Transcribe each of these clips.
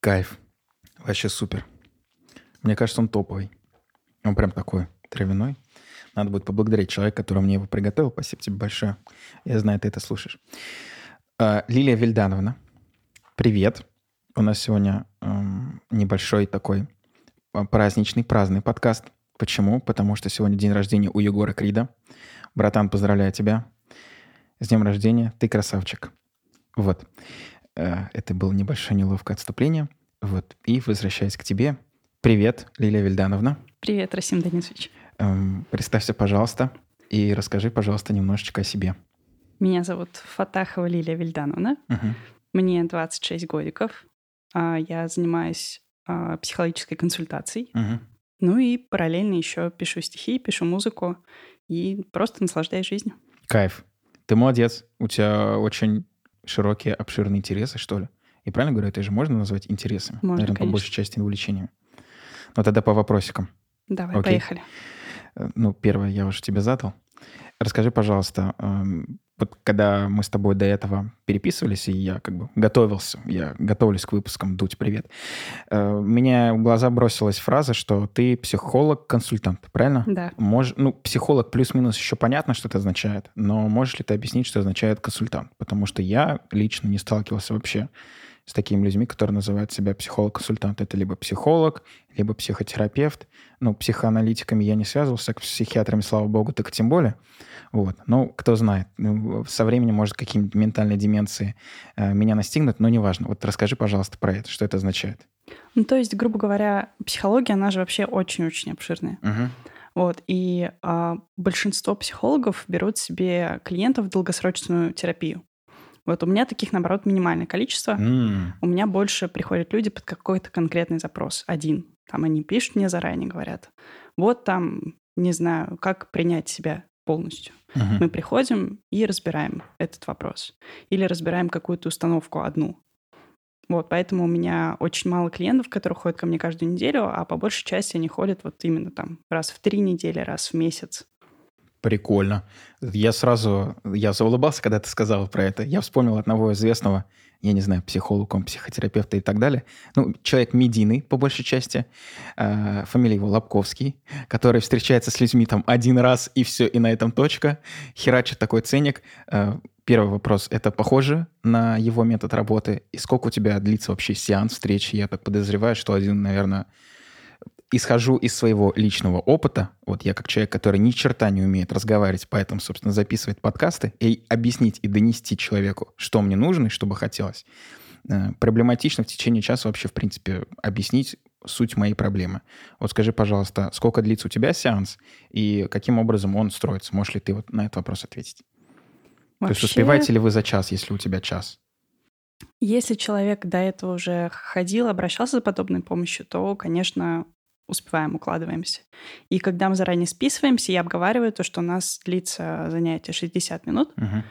Кайф. Вообще супер. Мне кажется, он топовый. Он прям такой травяной. Надо будет поблагодарить человека, который мне его приготовил. Спасибо тебе большое. Я знаю, ты это слушаешь. Лилия Вильдановна, привет. У нас сегодня небольшой такой праздный подкаст. Почему? Потому что сегодня день рождения у Егора Крида. Братан, поздравляю тебя. С днем рождения. Ты красавчик. Вот. Это было небольшое неловкое отступление. Вот. И возвращаясь к тебе. Привет, Лилия Вильдановна. Привет, Расим Денисович. Представься, пожалуйста, и расскажи, пожалуйста, немножечко о себе. Меня зовут Фатахова Лилия Вильдановна. Угу. Мне 26 годиков. Я занимаюсь психологической консультацией. Угу. Ну и параллельно еще пишу стихи, пишу музыку и просто наслаждаюсь жизнью. Кайф. Ты молодец. У тебя очень широкие, обширные интересы, что ли? И правильно говорю, это же можно назвать интересами? Можно, наверное, конечно. по большей части увлечениями. Ну, тогда по вопросикам. Давай, Окей. поехали. Ну, первое я уже тебе задал. Расскажи, пожалуйста, вот когда мы с тобой до этого переписывались, и я как бы готовлюсь к выпускам, Дудь, привет, мне в глаза бросилась фраза, что ты психолог-консультант, правильно? Да. Психолог плюс-минус еще понятно, что это означает, но можешь ли ты объяснить, что означает консультант? Потому что я лично не сталкивался вообще с такими людьми, которые называют себя психолог-консультант. Это либо психолог, либо психотерапевт. Ну, психоаналитиками я не связывался, с психиатрами, слава богу, так и тем более. Вот. Ну, кто знает. Со временем, может, какие-нибудь ментальные деменции меня настигнут, но неважно. Вот расскажи, пожалуйста, про это. Что это означает? Ну, то есть, грубо говоря, психология, она же вообще очень-очень обширная. Угу. Вот. И большинство психологов берут себе клиентов в долгосрочную терапию. Вот у меня таких, наоборот, минимальное количество. У меня больше приходят люди под какой-то конкретный запрос. Один. Там они пишут мне заранее, говорят, вот там, не знаю, как принять себя полностью. Мы приходим и разбираем этот вопрос. Или разбираем какую-то установку одну. Вот, поэтому у меня очень мало клиентов, которые ходят ко мне каждую неделю, а по большей части они ходят вот именно там раз в 3 недели, раз в месяц. Прикольно. Я заулыбался, когда ты сказал про это. Я вспомнил одного известного, я не знаю, психолога, психотерапевта и так далее. Ну, человек медийный, по большей части. Фамилия его Лобковский, который встречается с людьми там один раз, и все, и на этом точка. Херачит такой ценник. Первый вопрос. Это похоже на его метод работы? И сколько у тебя длится вообще сеанс встречи? Я так подозреваю, что один, наверное... Исхожу из своего личного опыта. Вот я как человек, который ни черта не умеет разговаривать, поэтому, собственно, записывать подкасты и объяснить и донести человеку, что мне нужно и что бы хотелось. Проблематично в течение часа вообще, в принципе, объяснить суть моей проблемы. Вот скажи, пожалуйста, сколько длится у тебя сеанс и каким образом он строится? Можешь ли ты вот на этот вопрос ответить? Вообще, то есть успеваете ли вы за час, если у тебя час? Если человек до этого уже ходил, обращался за подобной помощью, то, конечно, успеваем, укладываемся. И когда мы заранее списываемся, я обговариваю то, что у нас длится занятие 60 минут.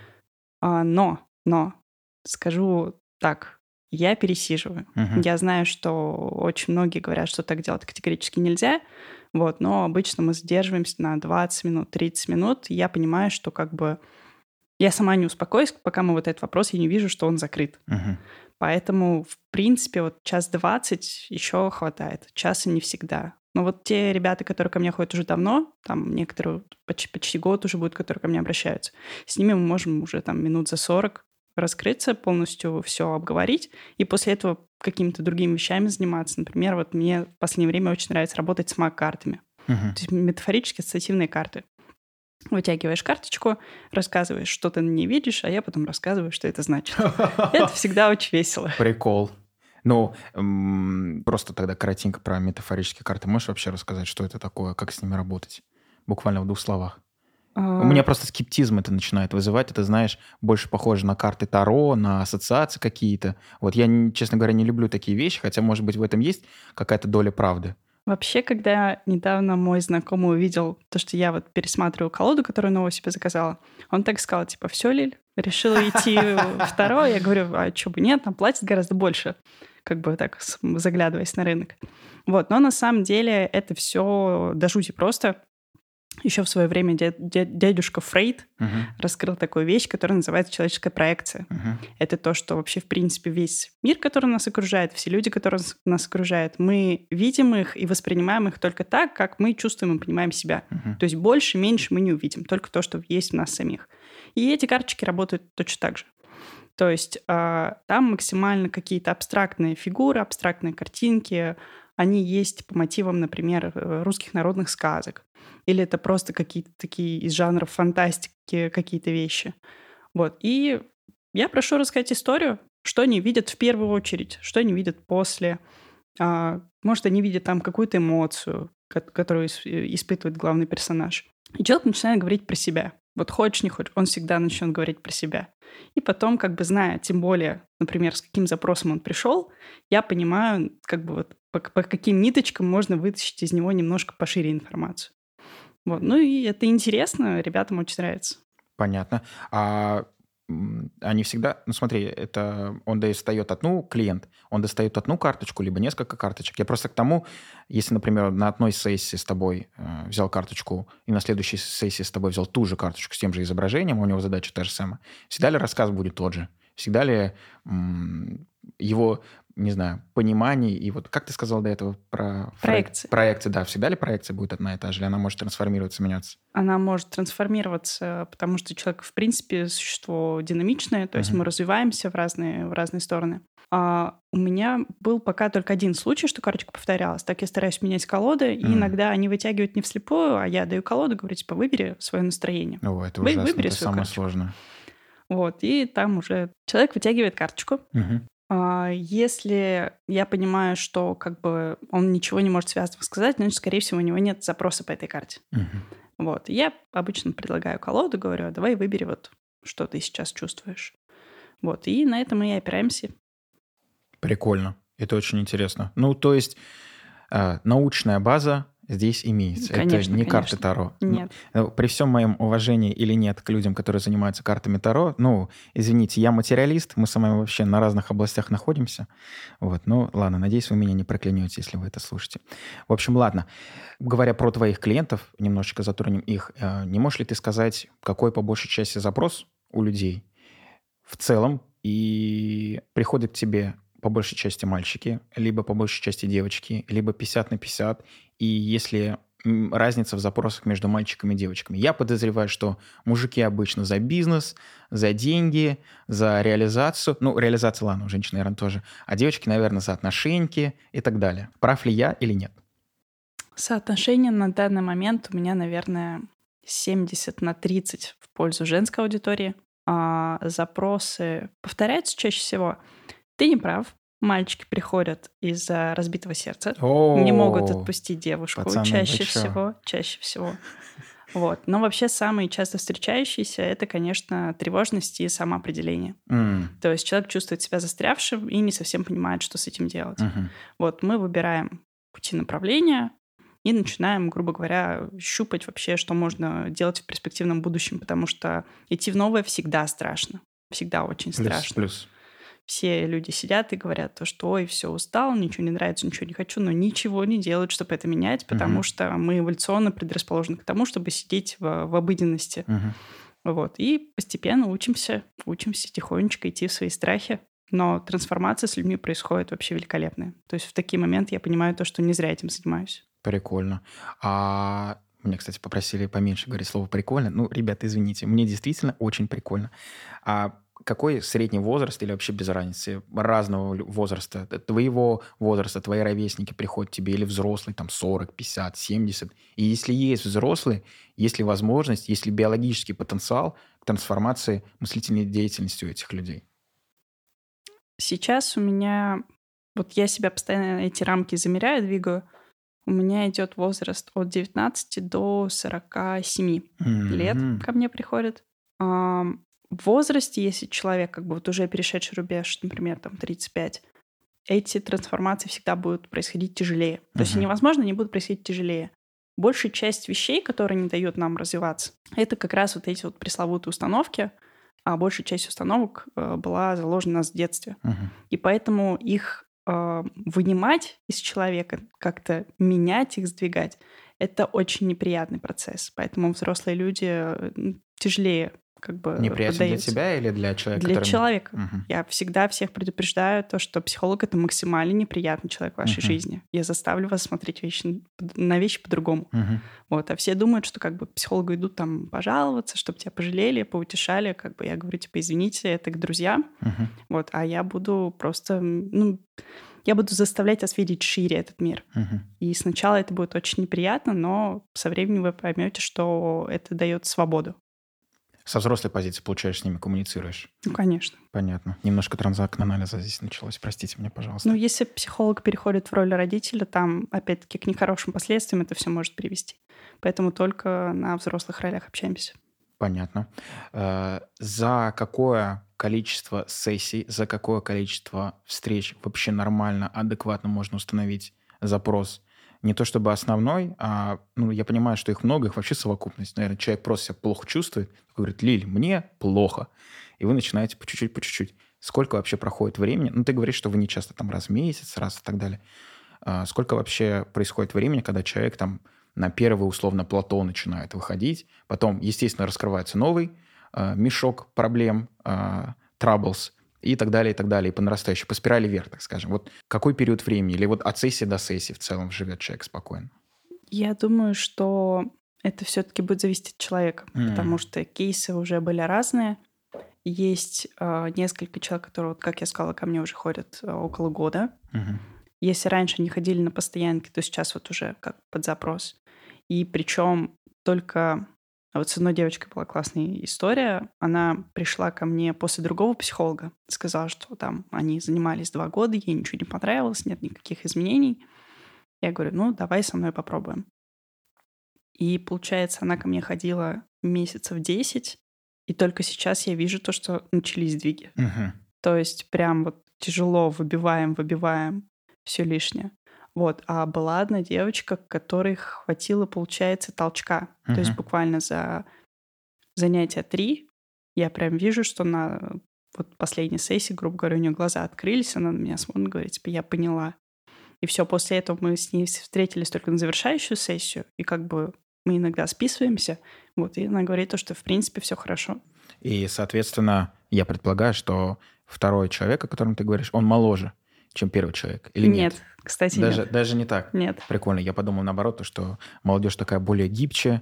Но, скажу так, я пересиживаю. Я знаю, что очень многие говорят, что так делать категорически нельзя, вот, но обычно мы задерживаемся на 20 минут, 30 минут. И я понимаю, что как бы я сама не успокоюсь, пока мы вот этот вопрос, я не вижу, что он закрыт. Поэтому, в принципе, вот 1:20 еще хватает. Часа не всегда. Но вот те ребята, которые ко мне ходят уже давно, там некоторые почти год уже будут, которые ко мне обращаются, с ними мы можем уже там минут за 40 раскрыться, полностью все обговорить, и после этого какими-то другими вещами заниматься. Например, вот мне в последнее время очень нравится работать с маг-картами. То есть метафорические ассоциативные карты. Вытягиваешь карточку, рассказываешь, что ты на ней видишь, а я потом рассказываю, что это значит. Это всегда очень весело. Прикол. Ну, просто тогда коротенько про метафорические карты. Можешь вообще рассказать, что это такое, как с ними работать? Буквально в 2 словах. У меня просто скептизм это начинает вызывать. Это, знаешь, больше похоже на карты Таро, на ассоциации какие-то. Вот я, честно говоря, не люблю такие вещи, хотя, может быть, в этом есть какая-то доля правды. Вообще, когда недавно мой знакомый увидел то, что я вот пересматриваю колоду, которую новую себе заказала, он так сказал, типа, все, Лиль, решила идти в Таро? Я говорю, а что бы нет, там платят гораздо больше, как бы так заглядываясь на рынок. Вот, но на самом деле это все до жути просто. Еще в свое время дядюшка Фрейд раскрыл такую вещь, которая называется человеческая проекция. Это то, что вообще, в принципе, весь мир, который нас окружает, все люди, которые нас окружают, мы видим их и воспринимаем их только так, как мы чувствуем и понимаем себя. То есть больше, меньше мы не увидим, только то, что есть в нас самих. И эти карточки работают точно так же. То есть там максимально какие-то абстрактные фигуры, абстрактные картинки, они есть по мотивам, например, русских народных сказок. Или это просто какие-то такие из жанров фантастики какие-то вещи. Вот. И я прошу рассказать историю, что они видят в первую очередь, что они видят после. Может, они видят там какую-то эмоцию, которую испытывает главный персонаж. И человек начинает говорить про себя. Вот хочешь, не хочешь, он всегда начнет говорить про себя. И потом, как бы зная, тем более, например, с каким запросом он пришел, я понимаю, как бы вот по каким ниточкам можно вытащить из него немножко пошире информацию. Вот. Ну и это интересно, ребятам очень нравится. Понятно. Они всегда... Ну смотри, это он достает клиент, он достает одну карточку, либо несколько карточек. Я просто к тому, если, например, на одной сессии с тобой взял карточку, и на следующей сессии с тобой взял ту же карточку с тем же изображением, у него задача та же самая, всегда ли рассказ будет тот же? Всегда ли его, не знаю, понимание и вот, как ты сказал до этого про... Проекции. Проекции, да. Всегда ли проекция будет одна и та же, или она может трансформироваться, меняться? Она может трансформироваться, потому что человек, в принципе, существо динамичное, то есть мы развиваемся в разные стороны. У меня был пока только один случай, что карточка повторялась. Так я стараюсь менять колоды, и иногда они вытягивают не вслепую, а я даю колоду, говорю, типа, выбери свое настроение. О, это ужасно, выбери это свою самое карточку. сложное. Вот, и там уже человек вытягивает карточку. Если я понимаю, что как бы он ничего не может связанного сказать, значит, скорее всего, у него нет запроса по этой карте. Вот. Я обычно предлагаю колоду, говорю, давай выбери вот, что ты сейчас чувствуешь. Вот. И на этом мы и опираемся. Прикольно. Это очень интересно. Ну, то есть научная база здесь имеется. Конечно, это не конечно. карты Таро. Нет. При всем моем уважении или нет к людям, которые занимаются картами Таро, извините, я материалист, мы с вами вообще на разных областях находимся. Вот, ладно, надеюсь, вы меня не проклянете, если вы это слушаете. В общем, ладно. Говоря про твоих клиентов, немножечко затронем их. Не можешь ли ты сказать, какой по большей части запрос у людей в целом, и приходят к тебе по большей части мальчики, либо по большей части девочки, либо 50/50, и если разница в запросах между мальчиками и девочками. Я подозреваю, что мужики обычно за бизнес, за деньги, за реализацию. Реализация, ладно, у женщин, наверное, тоже. А девочки, наверное, за отношеньки и так далее. Прав ли я или нет? Соотношение на данный момент у меня, наверное, 70/30 в пользу женской аудитории. А запросы повторяются чаще всего. Ты не прав. Мальчики приходят из-за разбитого сердца. Не могут отпустить девушку. Пацаны, чаще всего. Вот. Но вообще самые часто встречающиеся — это, конечно, тревожность и самоопределение. То есть человек чувствует себя застрявшим и не совсем понимает, что с этим делать. Вот мы выбираем пути направления и начинаем, грубо говоря, щупать вообще, что можно делать в перспективном будущем, потому что идти в новое всегда страшно. Всегда очень страшно. Плюс. Все люди сидят и говорят, что ой, все, устал, ничего не нравится, ничего не хочу, но ничего не делают, чтобы это менять, потому что мы эволюционно предрасположены к тому, чтобы сидеть в обыденности. Вот. И постепенно учимся тихонечко идти в свои страхи. Но трансформация с людьми происходит вообще великолепная. То есть в такие моменты я понимаю то, что не зря этим занимаюсь. Прикольно. Меня, кстати, попросили поменьше говорить слово «прикольно». Ребята, извините, мне действительно очень прикольно. Какой средний возраст или вообще без разницы разного возраста, твоего возраста, твои ровесники приходят к тебе или взрослый, 40, 50, 70? И если есть взрослый, есть ли возможность, есть ли биологический потенциал к трансформации мыслительной деятельности у этих людей? Сейчас у меня... Вот я себя постоянно эти рамки замеряю, двигаю. У меня идет возраст от 19 до 47 лет ко мне приходит. В возрасте, если человек уже перешедший рубеж, например, 35, эти трансформации всегда будут происходить тяжелее. То есть невозможно, они будут происходить тяжелее. Большая часть вещей, которые не дают нам развиваться, это как раз вот эти вот пресловутые установки, а большая часть установок была заложена у нас в детстве. И поэтому их вынимать из человека, как-то менять их, сдвигать, Это очень неприятный процесс, поэтому взрослые люди тяжелее как бы Неприятен для поддаются. тебя или для человека, Для который... человека. Мгм. Я всегда всех предупреждаю, то, что психолог — это максимально неприятный человек в вашей Мгм. жизни. Я заставлю вас смотреть на вещи по-другому. Мгм. Вот. А все думают, что как бы к психологу идут там пожаловаться, чтобы тебя пожалели, поутешали. Как бы я говорю, типа, извините, это к друзьям. Мгм. Вот. А я буду просто... я буду заставлять вас видеть шире этот мир. Мгм. И сначала это будет очень неприятно, но со временем вы поймете, что это дает свободу. Со взрослой позиции, получаешь, с ними коммуницируешь. Ну, конечно. Понятно. Немножко транзактно-анализа здесь началось. Простите меня, пожалуйста. Ну, если психолог переходит в роль родителя, там, опять-таки, к нехорошим последствиям это все может привести. Поэтому только на взрослых ролях общаемся. Понятно. За какое количество сессий, за какое количество встреч вообще нормально, адекватно можно установить запрос? Не то чтобы основной, я понимаю, что их много, их вообще совокупность. Наверное, человек просто себя плохо чувствует, говорит: Лиль, мне плохо. И вы начинаете по чуть-чуть. Сколько вообще проходит времени? Ну, ты говоришь, что вы не часто там раз в месяц, раз и так далее. Сколько вообще происходит времени, когда человек там на первый, условно, плато начинает выходить, потом, естественно, раскрывается новый мешок проблем, troubles и так далее, и по нарастающей, по спирали вверх, так скажем. Вот какой период времени, или вот от сессии до сессии в целом живет человек спокойно? Я думаю, что это все-таки будет зависеть от человека, потому что кейсы уже были разные. Есть несколько человек, которые, вот, как я сказала, ко мне уже ходят около года. Мгм. Если раньше они ходили на постоянки, то сейчас вот уже как под запрос. И причем только... А вот с одной девочкой была классная история. Она пришла ко мне после другого психолога. Сказала, что там они занимались 2 года, ей ничего не понравилось, нет никаких изменений. Я говорю, ну, давай со мной попробуем. И получается, она ко мне ходила месяцев 10, и только сейчас я вижу то, что начались сдвиги. Мгм. То есть прям вот тяжело выбиваем все лишнее. Вот. А была одна девочка, которой хватило, получается, толчка. То есть Мгм. буквально за занятия 3 я прям вижу, что на вот последней сессии, грубо говоря, у нее глаза открылись, она на меня смотрит, говорит, типа, я поняла. И все, после этого мы с ней встретились только на завершающую сессию, и как бы мы иногда списываемся, вот, и она говорит то, что в принципе все хорошо. И, соответственно, я предполагаю, что второй человек, о котором ты говоришь, он моложе, чем первый человек, или нет? Кстати, Даже не так. нет. Прикольно. Я подумал наоборот, то, что молодежь такая более гибче,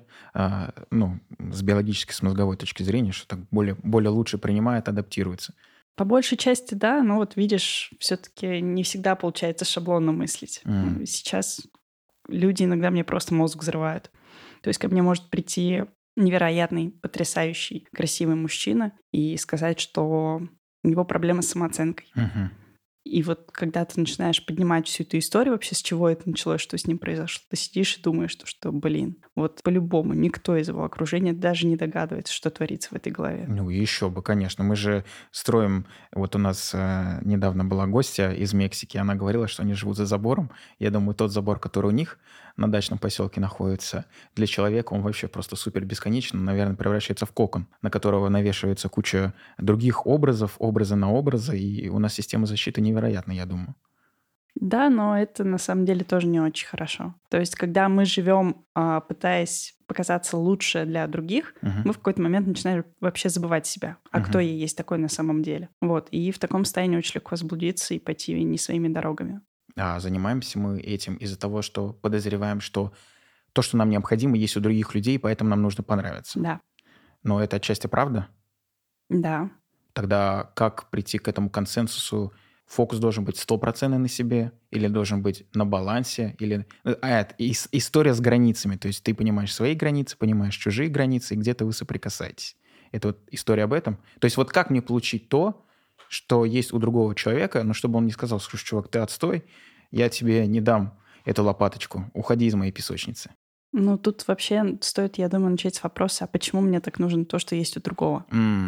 с биологической, с мозговой точки зрения, что так более лучше принимает, адаптируется. По большей части, да, но вот видишь, все-таки не всегда получается шаблонно мыслить. М. Сейчас люди иногда мне просто мозг взрывают. То есть ко мне может прийти невероятный, потрясающий, красивый мужчина и сказать, что у него проблемы с самооценкой. Мгм. И вот когда ты начинаешь поднимать всю эту историю, вообще с чего это началось, что с ним произошло, ты сидишь и думаешь, что блин, вот по-любому никто из его окружения даже не догадывается, что творится в этой голове. Ну, еще бы, конечно. Мы же строим... Вот у нас недавно была гостья из Мексики, она говорила, что они живут за забором. Я думаю, тот забор, который у них на дачном поселке находится, для человека он вообще просто супер бесконечный, наверное, превращается в кокон, на которого навешивается куча других образов, образы на образы, и у нас система защиты невероятная, я думаю. Да, но это на самом деле тоже не очень хорошо. То есть, когда мы живем, пытаясь показаться лучше для других, Мгм. мы в какой-то момент начинаем вообще забывать себя. А кто я есть такой на самом деле? Вот. И в таком состоянии очень легко заблудиться и пойти не своими дорогами. А занимаемся мы этим из-за того, что подозреваем, что то, что нам необходимо, есть у других людей, поэтому нам нужно понравиться. Да, Но это отчасти правда. да. Тогда как прийти к этому консенсусу? Фокус должен быть стопроцентный на себе или должен быть на балансе? Или... это история с границами. То есть ты понимаешь свои границы, понимаешь чужие границы, и где-то вы соприкасаетесь. Это вот история об этом. То есть вот как мне получить то, что есть у другого человека, но чтобы он не сказал: слушай, чувак, ты отстой, я тебе не дам эту лопаточку, уходи из моей песочницы. Ну, тут вообще стоит, я думаю, начать с вопроса, а почему мне так нужно то, что есть у другого?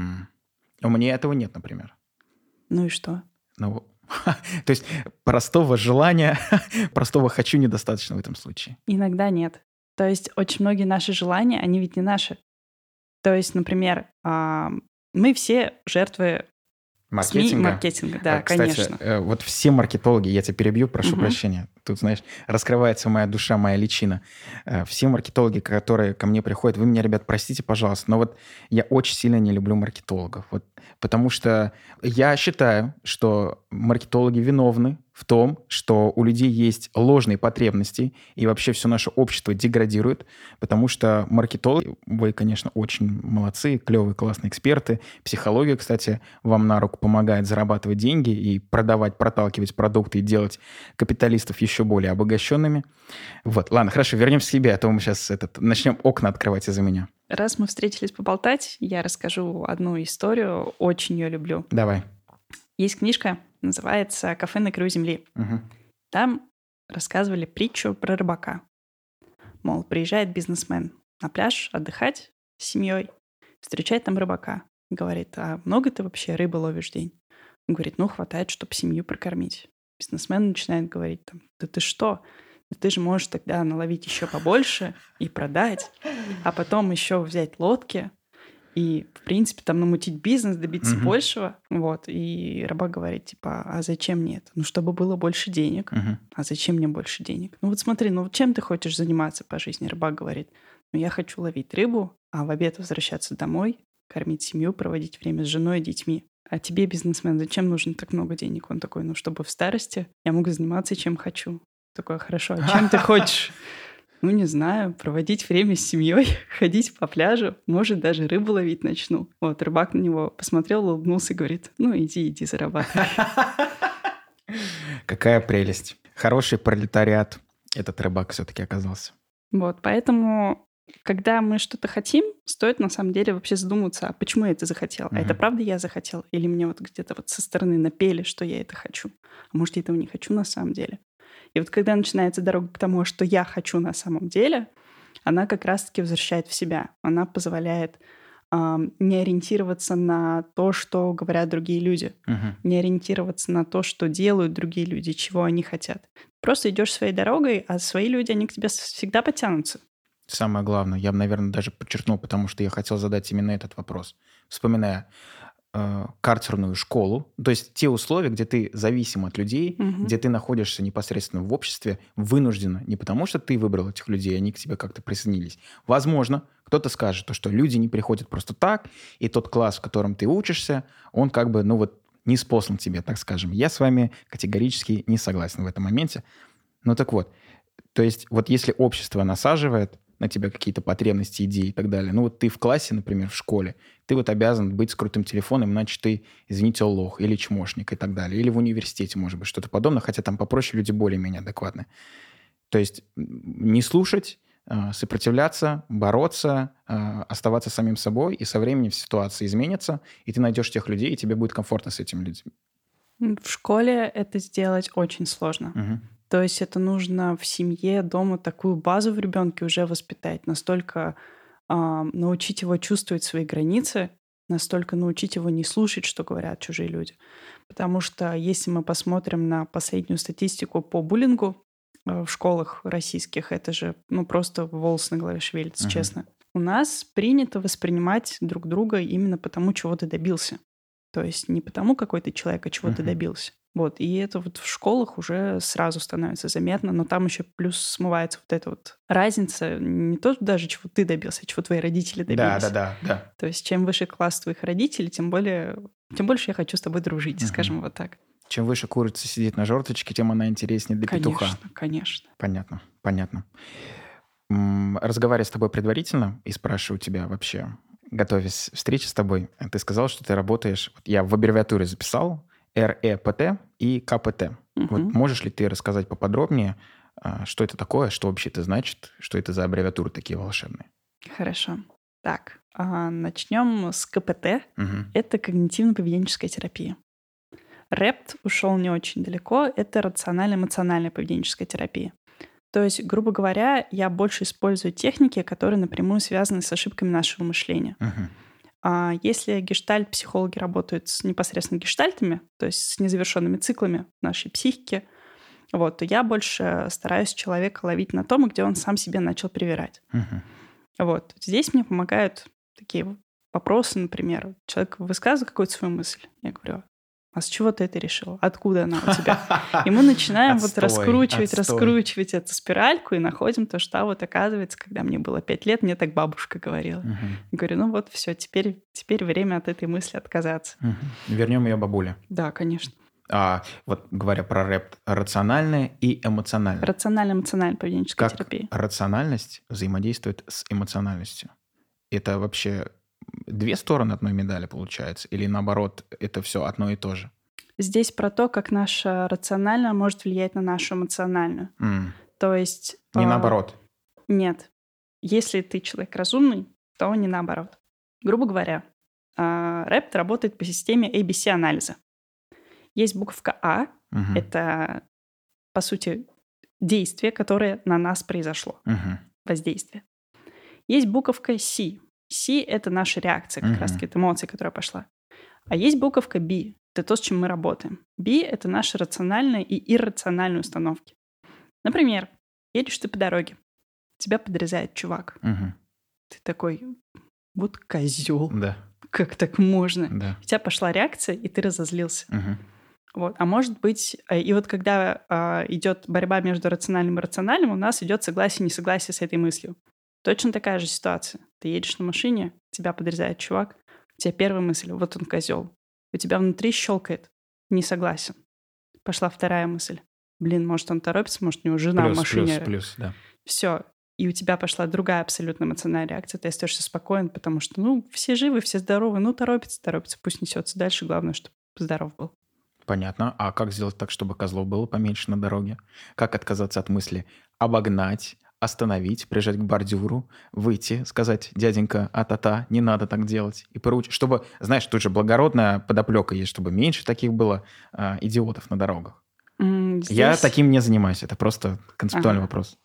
У меня этого нет, например. Ну и что? Ну, то есть простого желания, простого «хочу» недостаточно в этом случае. Иногда нет. То есть очень многие наши желания, они ведь не наши. То есть, например, мы все жертвы СМИ, Маркетинга. маркетинга, да, Кстати, конечно. вот все маркетологи, я тебя перебью, прошу Мгм. прощения. Тут, знаешь, раскрывается моя душа, моя личина. Все маркетологи, которые ко мне приходят, вы меня, ребят, простите, пожалуйста, но вот я очень сильно не люблю маркетологов. Вот, потому что я считаю, что маркетологи виновны в том, что у людей есть ложные потребности, и вообще все наше общество деградирует, потому что маркетологи, вы, конечно, очень молодцы, клевые, классные эксперты. Психология, кстати, вам на руку помогает зарабатывать деньги и продавать, проталкивать продукты и делать капиталистов еще более обогащенными. Вот, ладно, хорошо, вернемся к себе, а то мы сейчас начнем окна открывать из-за меня. Раз мы встретились поболтать, я расскажу одну историю, очень ее люблю. Давай. Есть книжка, называется «Кафе на краю земли». Мгм. Там рассказывали притчу про рыбака. Мол, приезжает бизнесмен на пляж отдыхать с семьей, встречает там рыбака. Говорит, а много ты вообще рыбы ловишь в день? Он говорит, ну, хватает, чтобы семью прокормить. Бизнесмен начинает говорить, там, да ты что? Да ты же можешь тогда наловить еще побольше и продать, а потом еще взять лодки и, в принципе, там намутить бизнес, добиться Мгм. большего. Вот. И рыбак говорит, типа, а зачем мне это? Ну, чтобы было больше денег. Мгм. А зачем мне больше денег? Ну вот смотри, ну вот чем ты хочешь заниматься по жизни? Рыбак говорит, ну я хочу ловить рыбу, а в обед возвращаться домой, кормить семью, проводить время с женой и детьми. А тебе, бизнесмен, зачем нужно так много денег? Он такой, ну чтобы в старости я мог заниматься чем хочу. Такой, хорошо, а чем ты хочешь? Ну, не знаю, проводить время с семьей, ходить по пляжу, может, даже рыбу ловить начну. Вот, рыбак на него посмотрел, улыбнулся и говорит, ну, иди зарабатывай. Какая прелесть. Хороший пролетариат этот рыбак все-таки оказался. Вот, поэтому, когда мы что-то хотим, стоит на самом деле вообще задуматься, а почему я это захотел? А это Мгм. правда я захотел? Или мне вот где-то вот со стороны напели, что я это хочу? А может, я этого не хочу на самом деле? И вот когда начинается дорога к тому, что я хочу на самом деле, она как раз-таки возвращает в себя. Она позволяет не ориентироваться на то, что говорят другие люди, Мгм. не ориентироваться на то, что делают другие люди, чего они хотят. Просто идешь своей дорогой, а свои люди, они к тебе всегда потянутся. Самое главное, я бы, наверное, даже подчеркнул, потому что я хотел задать именно этот вопрос, вспоминая карцерную школу, то есть те условия, где ты зависим от людей, Мгм. где ты находишься непосредственно в обществе, вынужденно, не потому что ты выбрал этих людей, они к тебе как-то присоединились. Возможно, кто-то скажет, то, что люди не приходят просто так, и тот класс, в котором ты учишься, он как бы, ну вот, не спослан тебе, так скажем. Я с вами категорически не согласен в этом моменте. Ну так вот, то есть вот если общество насаживает на тебя какие-то потребности, идеи и так далее, ну вот ты в классе, например, в школе, ты вот обязан быть с крутым телефоном, иначе ты, извините, лох или чмошник и так далее. Или в университете, может быть, что-то подобное, хотя там попроще люди более-менее адекватны. То есть не слушать, сопротивляться, бороться, оставаться самим собой, и со временем ситуация изменится, и ты найдешь тех людей, и тебе будет комфортно с этими людьми. В школе это сделать очень сложно. Мгм. То есть это нужно в семье, дома такую базу в ребенке уже воспитать, настолько научить его чувствовать свои границы, настолько научить его не слушать, что говорят чужие люди. Потому что если мы посмотрим на последнюю статистику по буллингу в школах российских, это же ну просто волос на голове шевелится, Мгм. честно. У нас принято воспринимать друг друга именно потому, чего ты добился. То есть не потому, какой ты человек, а чего ты Мгм. добился. Вот. И это вот в школах уже сразу становится заметно, но там еще плюс смывается вот эта вот разница. Не то даже, чего ты добился, а чего твои родители Да, да, добились. да, да. То есть чем выше класс твоих родителей, тем больше я хочу с тобой дружить, Мгм. скажем вот так. Чем выше курица сидит на жердочке, тем она интереснее для петуха. Конечно, конечно. Понятно, понятно. Разговаривая с тобой предварительно и спрашиваю тебя вообще, готовясь к встрече с тобой, ты сказал, что ты работаешь, вот я в аббревиатуре записал, РЭПТ и КПТ. Вот Мгм. можешь ли ты рассказать поподробнее, что это такое, что вообще это значит, что это за аббревиатуры такие волшебные? Хорошо. Так, начнем с КПТ. Мгм. Это когнитивно-поведенческая терапия. РЭПТ ушел не очень далеко. Это рационально-эмоциональная поведенческая терапия. То есть, грубо говоря, я больше использую техники, которые напрямую связаны с ошибками нашего мышления. Мгм. Если гештальт-психологи работают с непосредственно гештальтами, то есть с незавершенными циклами нашей психики, вот, то я больше стараюсь человека ловить на том, где он сам себе начал привирать. Мгм. Вот. Здесь мне помогают такие вопросы, например, человек высказывает какую-то свою мысль. Я говорю, А с чего ты это решил? Откуда она у тебя? И мы начинаем вот раскручивать эту спиральку и находим то, что вот оказывается, когда мне было 5 лет, мне так бабушка говорила. Говорю, ну вот все, теперь время от этой мысли отказаться. Вернем ее бабуле. Да, конечно. Вот говоря про рэп, рациональное и эмоциональное. Рационально-эмоциональная поведенческая терапия. Как рациональность взаимодействует с эмоциональностью? Это вообще две стороны одной медали, получается? Или наоборот, это все одно и то же? Здесь про то, как наша рациональная может влиять на нашу эмоциональную. То есть... Не наоборот? Нет. Если ты человек разумный, то не наоборот. Грубо говоря, рэп работает по системе ABC-анализа. Есть буковка А, это, по сути, действие, которое на нас произошло, воздействие. Есть буковка С. С — это наша реакция, как раз-таки, это эмоция, которая пошла. А есть буковка Б, это то, с чем мы работаем. Б — это наши рациональные и иррациональные установки. Например, едешь ты по дороге, тебя подрезает чувак. Ты такой, вот козел. Да. Как так можно? Да. У тебя пошла реакция, и ты разозлился. Вот. А может быть, и вот когда идет борьба между рациональным и рациональным, у нас идет согласие-несогласие с этой мыслью. Точно такая же ситуация. Ты едешь на машине, тебя подрезает чувак, у тебя первая мысль, вот он козел. У тебя внутри щелкает, не согласен. Пошла вторая мысль. Блин, может, он торопится, может, у него жена в машине. Плюс, да. Все. И у тебя пошла другая абсолютно эмоциональная реакция. Ты остаешься спокоен, потому что, все живы, все здоровы. Торопится, пусть несется дальше. Главное, чтобы здоров был. Понятно. А как сделать так, чтобы козлов было поменьше на дороге? Как отказаться от мысли обогнать, остановить, прижать к бордюру, выйти, сказать, дяденька, а-та-та, не надо так делать. И поручить, чтобы, знаешь, тут же благородная подоплека есть, чтобы меньше таких было идиотов на дорогах. Я таким не занимаюсь. Это просто концептуальный вопрос.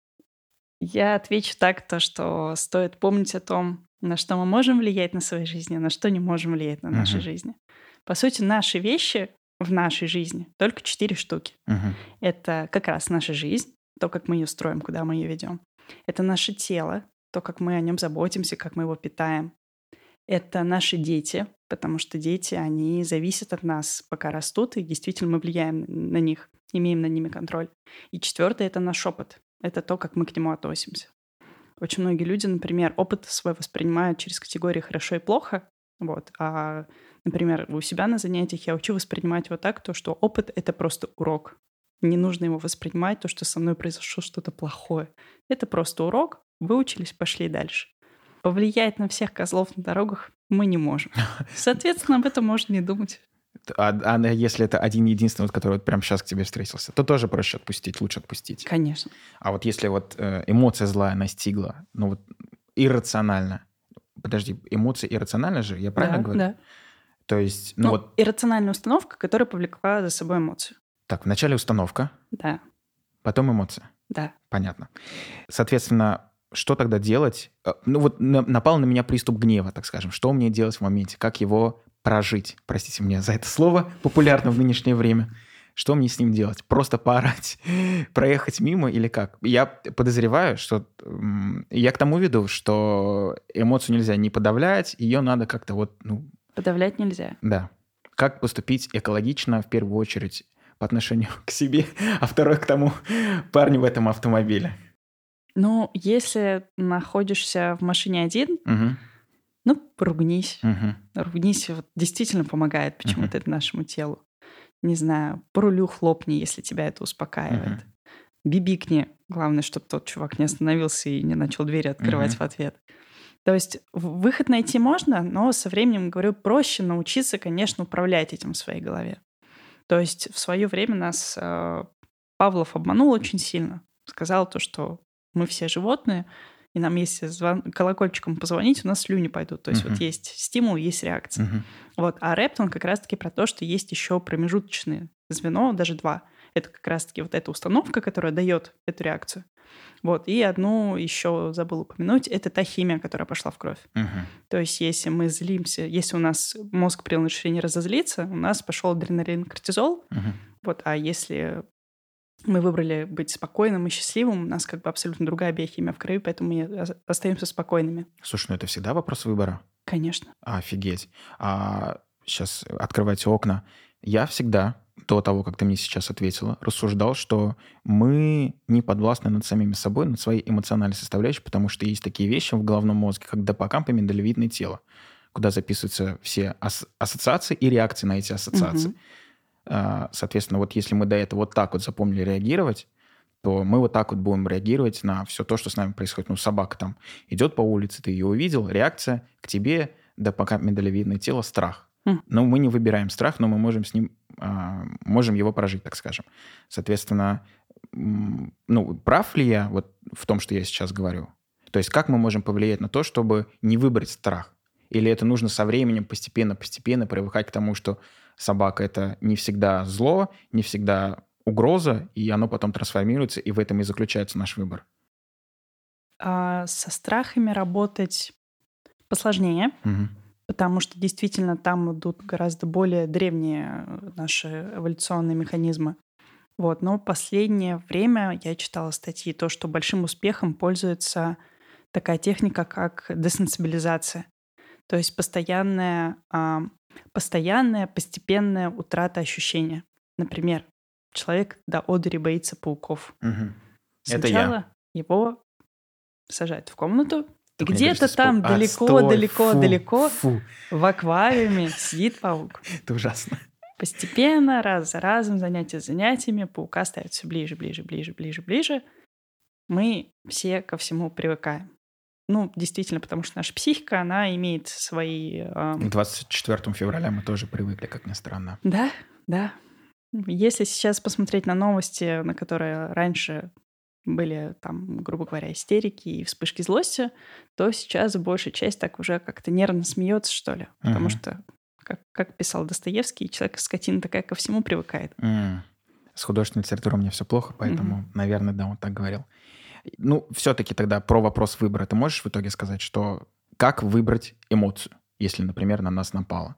Я отвечу так, то, что стоит помнить о том, на что мы можем влиять на своей жизни, а на что не можем влиять на нашей жизни. По сути, наши вещи в нашей жизни только 4 штуки. Это как раз наша жизнь, то, как мы ее строим, куда мы ее ведем. Это наше тело, то, как мы о нем заботимся, как мы его питаем. Это наши дети, потому что дети, они зависят от нас, пока растут, и действительно мы влияем на них, имеем над ними контроль. И 4 — это наш опыт. Это то, как мы к нему относимся. Очень многие люди, например, опыт свой воспринимают через категории «хорошо» и «плохо». Вот. А, например, у себя на занятиях я учу воспринимать вот так, то, что опыт — это просто урок. Не нужно его воспринимать, то, что со мной произошло что-то плохое. Это просто урок, выучились, пошли дальше. Повлиять на всех козлов на дорогах мы не можем. Соответственно, об этом можно не думать. А если это один-единственный, который вот прямо сейчас к тебе встретился, то тоже проще отпустить, лучше отпустить. Конечно. А вот если вот эмоция злая настигла, иррационально. Подожди, эмоция иррациональна же? Я правильно говорю? Да. То есть, иррациональная установка, которая повлекла за собой эмоцию. Так, вначале установка. Да. Потом эмоция. Да. Понятно. Соответственно, что тогда делать? Напал на меня приступ гнева, так скажем. Что мне делать в моменте? Как его прожить? Простите меня за это слово, популярно в нынешнее время. Что мне с ним делать? Просто поорать, проехать мимо или как? Я подозреваю, что... Я к тому веду, что эмоцию нельзя не подавлять, ее надо как-то Подавлять нельзя. Да. Как поступить экологично, в первую очередь, по отношению к себе, а второй к тому парню в этом автомобиле? Если находишься в машине один, поругнись. Ругнись, действительно помогает почему-то это нашему телу. Не знаю, по рулю хлопни, если тебя это успокаивает. Бибикни. Главное, чтобы тот чувак не остановился и не начал двери открывать в ответ. То есть выход найти можно, но со временем, говорю, проще научиться, конечно, управлять этим в своей голове. То есть в свое время нас Павлов обманул очень сильно. Сказал то, что мы все животные, и нам если колокольчиком позвонить, у нас слюни пойдут. То есть вот есть стимул, есть реакция. А рэп, он как раз-таки про то, что есть еще промежуточное звено, даже 2. Это как раз-таки вот эта установка, которая дает эту реакцию. И одну еще забыл упомянуть, это та химия, которая пошла в кровь. То есть если мы злимся, если у нас мозг принял решение разозлиться, у нас пошел адреналин, кортизол. А если мы выбрали быть спокойным и счастливым, у нас абсолютно другая биохимия в крови, поэтому мы остаемся спокойными. Слушай, это всегда вопрос выбора? Конечно. Офигеть. Сейчас открывайте окна, Я всегда, до того, как ты мне сейчас ответила, рассуждал, что мы не подвластны над самими собой, над своей эмоциональной составляющей, потому что есть такие вещи в головном мозге, как гиппокамп и миндалевидное тело, куда записываются все ассоциации и реакции на эти ассоциации. Мгм. Соответственно, вот если мы до этого вот так вот запомнили реагировать, то мы вот так вот будем реагировать на все то, что с нами происходит. Ну, собака там идет по улице, ты ее увидел, реакция к тебе, да пока миндалевидное тело, страх. М. Но мы не выбираем страх, но мы можем с ним, можем его прожить, так скажем. Соответственно, ну, прав ли я вот в том, что я сейчас говорю? То есть как мы можем повлиять на то, чтобы не выбрать страх? Или это нужно со временем постепенно привыкать к тому, что собака — это не всегда зло, не всегда угроза, и оно потом трансформируется, и в этом и заключается наш выбор. Со страхами работать посложнее, Мгм. потому что действительно там идут гораздо более древние наши эволюционные механизмы. Вот. Но в последнее время я читала статьи, то, что большим успехом пользуется такая техника, как десенсибилизация. То есть постоянная, постепенная утрата ощущения. Например, человек до одури боится пауков. Мгм. Это я. Сначала его сажают в комнату, и Только не говори, что где-то там Отстой, фу, далеко-далеко фу. в аквариуме сидит паук. Это ужасно. Постепенно, раз за разом, занятие за занятиями, паука ставят все ближе, ближе, ближе, ближе, ближе. Мы все ко всему привыкаем. Ну, действительно, потому что наша психика, она имеет свои... К 24 февраля мы тоже привыкли, как ни странно. Да, да. Если сейчас посмотреть на новости, на которые раньше были там, грубо говоря, истерики и вспышки злости, то сейчас большая часть так уже как-то нервно смеется, что ли. Потому Мгм. что, как писал Достоевский, человек-скотина такая ко всему привыкает. С художественной литературой у меня все плохо, поэтому, Мгм. наверное, да, он так говорил. Ну, все-таки тогда про вопрос выбора. Ты можешь в итоге сказать, что как выбрать эмоцию, если, например, на нас напало?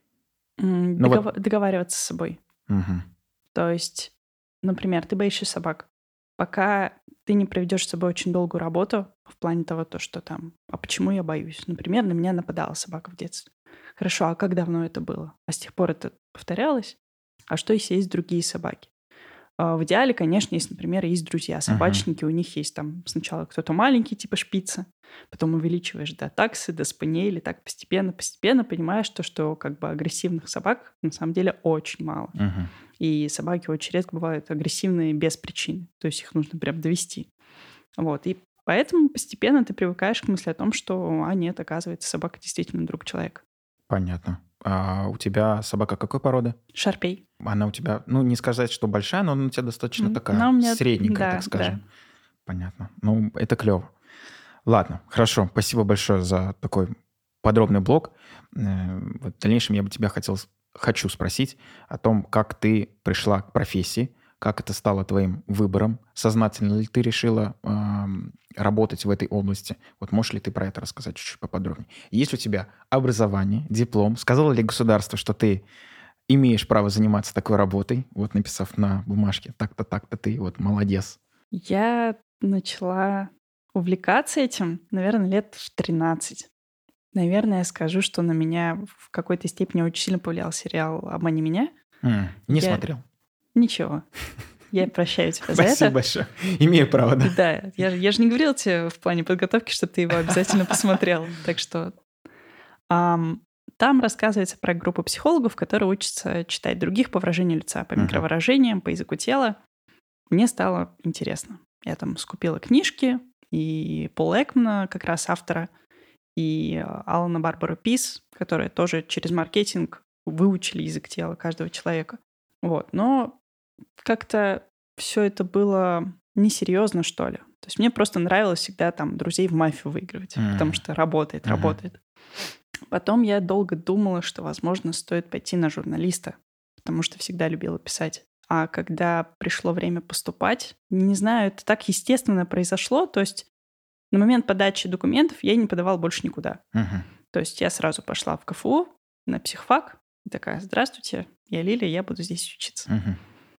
Ну вот, Договариваться с собой. мгм, То есть, например, ты боишься собак. Пока ты не проведешь с собой очень долгую работу в плане того, то, что там, а почему я боюсь? Например, на меня нападала собака в детстве. Хорошо, а как давно это было? А с тех пор это повторялось? А что, если есть другие собаки? В идеале, конечно, если, например, есть друзья, мгм, собачники, у них есть там сначала кто-то маленький, типа шпица, потом увеличиваешь до таксы, до спаниеля, так постепенно понимаешь то, что как бы агрессивных собак на самом деле очень мало. мгм. И собаки очень редко бывают агрессивные без причины. То есть их нужно прям довести. Вот. И поэтому постепенно ты привыкаешь к мысли о том, что, нет, оказывается, собака действительно друг человека. Понятно. А у тебя собака какой породы? Шарпей. Она у тебя, ну, не сказать, что большая, но она у тебя достаточно Она такая у меня, средненькая, так да, да. скажем. Понятно. Ну, это клево. Ладно, хорошо. Спасибо большое за такой подробный блог. Вот в дальнейшем я бы тебя хочу спросить о том, как ты пришла к профессии, как это стало твоим выбором, сознательно ли ты решила работать в этой области. Вот можешь ли ты про это рассказать чуть-чуть поподробнее? Есть ли у тебя образование, диплом? Сказало ли государство, что ты имеешь право заниматься такой работой? Вот написав на бумажке так-то, ты вот молодец. Я начала увлекаться этим, наверное, лет в 13. Наверное, я скажу, что на меня в какой-то степени очень сильно повлиял сериал «Обмани меня». Не Я... смотрел. Ничего. Я прощаю тебя за Спасибо это. большое. Имею право, да. Да, я же не говорила тебе в плане подготовки, что ты его обязательно посмотрел. Так что там рассказывается про группу психологов, которые учатся читать других по выражению лица, по Мгм. микровыражениям, по языку тела. Мне стало интересно. Я там скупила книжки, и Пола Экмана, как раз автора, и Алана Барбара Пис, которые тоже через маркетинг выучили язык тела каждого человека. Вот. Но как-то все это было несерьезно, что ли. То есть мне просто нравилось всегда там друзей в мафию выигрывать, потому что работает, Мгм. работает. Потом я долго думала, что, возможно, стоит пойти на журналиста, потому что всегда любила писать. А когда пришло время поступать, не знаю, это так естественно произошло. То есть на момент подачи документов я не подавала больше никуда. Мгм. То есть я сразу пошла в КФУ на психфак и такая: здравствуйте, я Лилия, я буду здесь учиться. Мгм.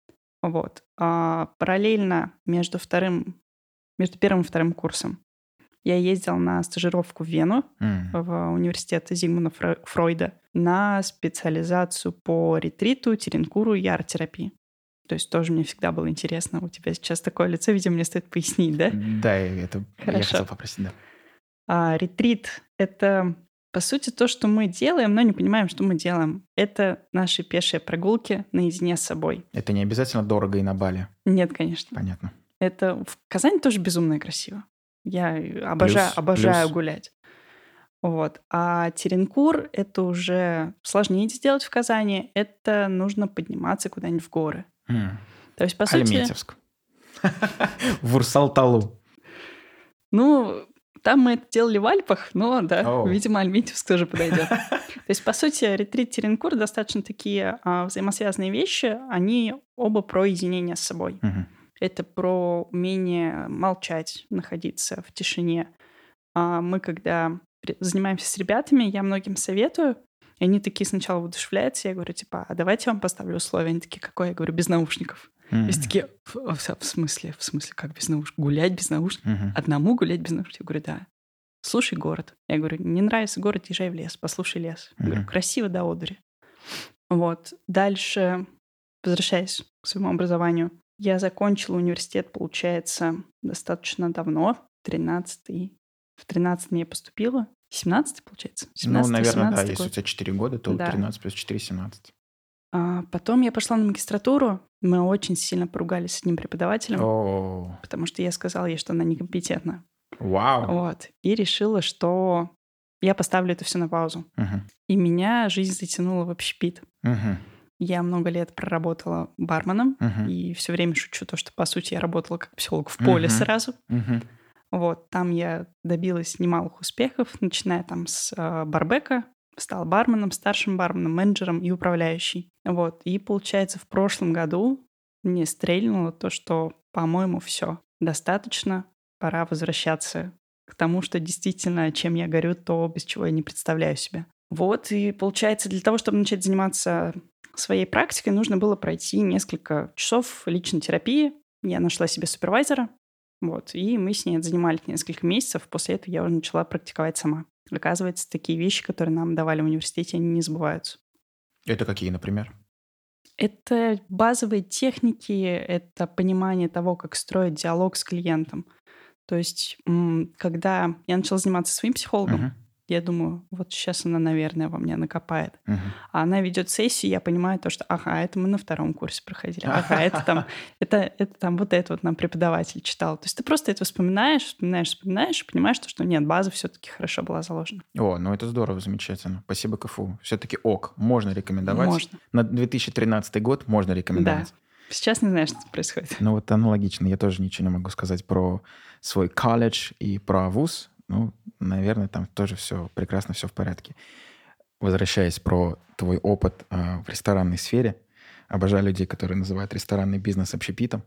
Вот. А параллельно между первым и вторым курсом Я ездила на стажировку в Вену, в университет Зигмунда Фройда, на специализацию по ретриту, теренкуру и арт-терапии. То есть тоже мне всегда было интересно. У тебя сейчас такое лицо, видимо, мне стоит пояснить, да? Да, это я хотел попросить, да. Ретрит — это, по сути, то, что мы делаем, но не понимаем, что мы делаем. Это наши пешие прогулки наедине с собой. Это не обязательно дорого и на Бали? Нет, конечно. Понятно. Это в Казани тоже безумно и красиво. Я обожаю гулять. Вот. А теренкур — это уже сложнее сделать в Казани. Это нужно подниматься куда-нибудь в горы. То есть, по сути... Альметьевск. В Урсал-Талу. Ну, там мы это делали в Альпах, но да, видимо, Альметьевск тоже подойдет. То есть, по сути, ретрит, теренкур достаточно такие взаимосвязанные вещи. Они оба про единение с собой. Это про умение молчать, находиться в тишине. Мы, когда занимаемся с ребятами, я многим советую, и они такие сначала воодушевляются, я говорю, типа, а давайте я вам поставлю условия. Они такие, какое? Я говорю, без наушников. И такие, в смысле, как без наушников? Гулять без наушников? Одному гулять без наушников? Я говорю, да. Слушай город. Я говорю, не нравится город, езжай в лес, послушай лес. Я говорю, красиво до одури. Вот. Дальше, возвращаясь к своему образованию, я закончила университет, получается, достаточно давно, в 13-м я поступила. 17-й, получается? 17-й, наверное, да. Если у тебя 4 года, то 13 плюс 4 — 17. Потом я пошла на магистратуру. Мы очень сильно поругались с одним преподавателем, потому что я сказала ей, что она некомпетентна. Вау! Вот. И решила, что я поставлю это все на паузу. И меня жизнь затянула в общепит. Я много лет проработала барменом, и все время шучу то, что, по сути, я работала как психолог в поле сразу. Вот, там я добилась немалых успехов, начиная там с барбека, стала барменом, старшим барменом, менеджером и управляющей. Вот, и, получается, в прошлом году мне стрельнуло то, что, по-моему, все достаточно, пора возвращаться к тому, что действительно, чем я горю, то, без чего я не представляю себя. Вот, и, получается, для того, чтобы начать заниматься своей практикой, нужно было пройти несколько часов личной терапии. Я нашла себе супервайзера, вот, и мы с ней занимались несколько месяцев. После этого я уже начала практиковать сама. Оказывается, такие вещи, которые нам давали в университете, они не забываются. Это какие, например? Это базовые техники, это понимание того, как строить диалог с клиентом. То есть, когда я начала заниматься своим психологом, я думаю, вот сейчас она, наверное, во мне накопает. А она ведет сессию, я понимаю то, что, это мы на 2-м курсе проходили. Это там вот это вот нам преподаватель читал. То есть ты просто это вспоминаешь, и понимаешь, что нет, база все-таки хорошо была заложена. Это здорово, замечательно. Спасибо КФУ. Все-таки можно рекомендовать. Можно. На 2013 год можно рекомендовать. Да. Сейчас не знаю, что происходит. Вот аналогично. Я тоже ничего не могу сказать про свой колледж и про вуз. Наверное, там тоже все прекрасно, все в порядке. Возвращаясь про твой опыт в ресторанной сфере, обожаю людей, которые называют ресторанный бизнес общепитом.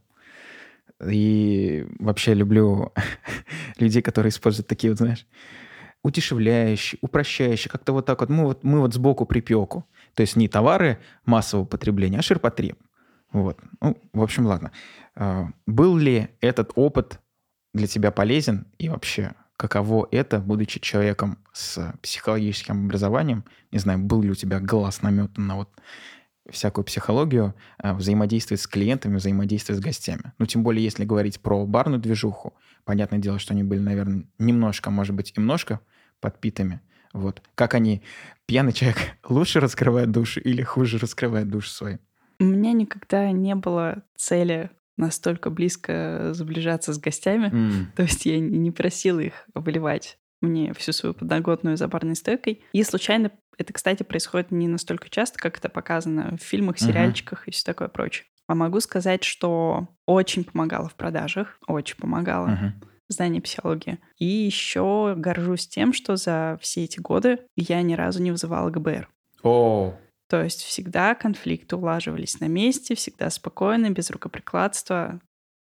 И вообще люблю людей, которые используют такие вот, знаешь, удешевляющие, упрощающие, как-то вот так вот. Мы вот сбоку припеку. То есть не товары массового потребления, а ширпотреб. Вот. В общем, ладно. Был ли этот опыт для тебя полезен и вообще... Каково это, будучи человеком с психологическим образованием, не знаю, был ли у тебя глаз наметан на вот всякую психологию, взаимодействие с клиентами, взаимодействие с гостями. Тем более, если говорить про барную движуху, понятное дело, что они были, наверное, немножко, может быть, немножко подпитыми. Вот. Как они, пьяный человек, лучше раскрывает душу или хуже раскрывает душу свою? У меня никогда не было цели настолько близко сближаться с гостями. То есть я не просила их выливать мне всю свою подноготную за барной стойкой. И случайно это, кстати, происходит не настолько часто, как это показано в фильмах, сериальчиках и все такое прочее. А могу сказать, что очень помогало в продажах, очень помогало знание психологии. И еще горжусь тем, что за все эти годы я ни разу не вызывала ГБР. То есть всегда конфликты улаживались на месте, всегда спокойно, без рукоприкладства.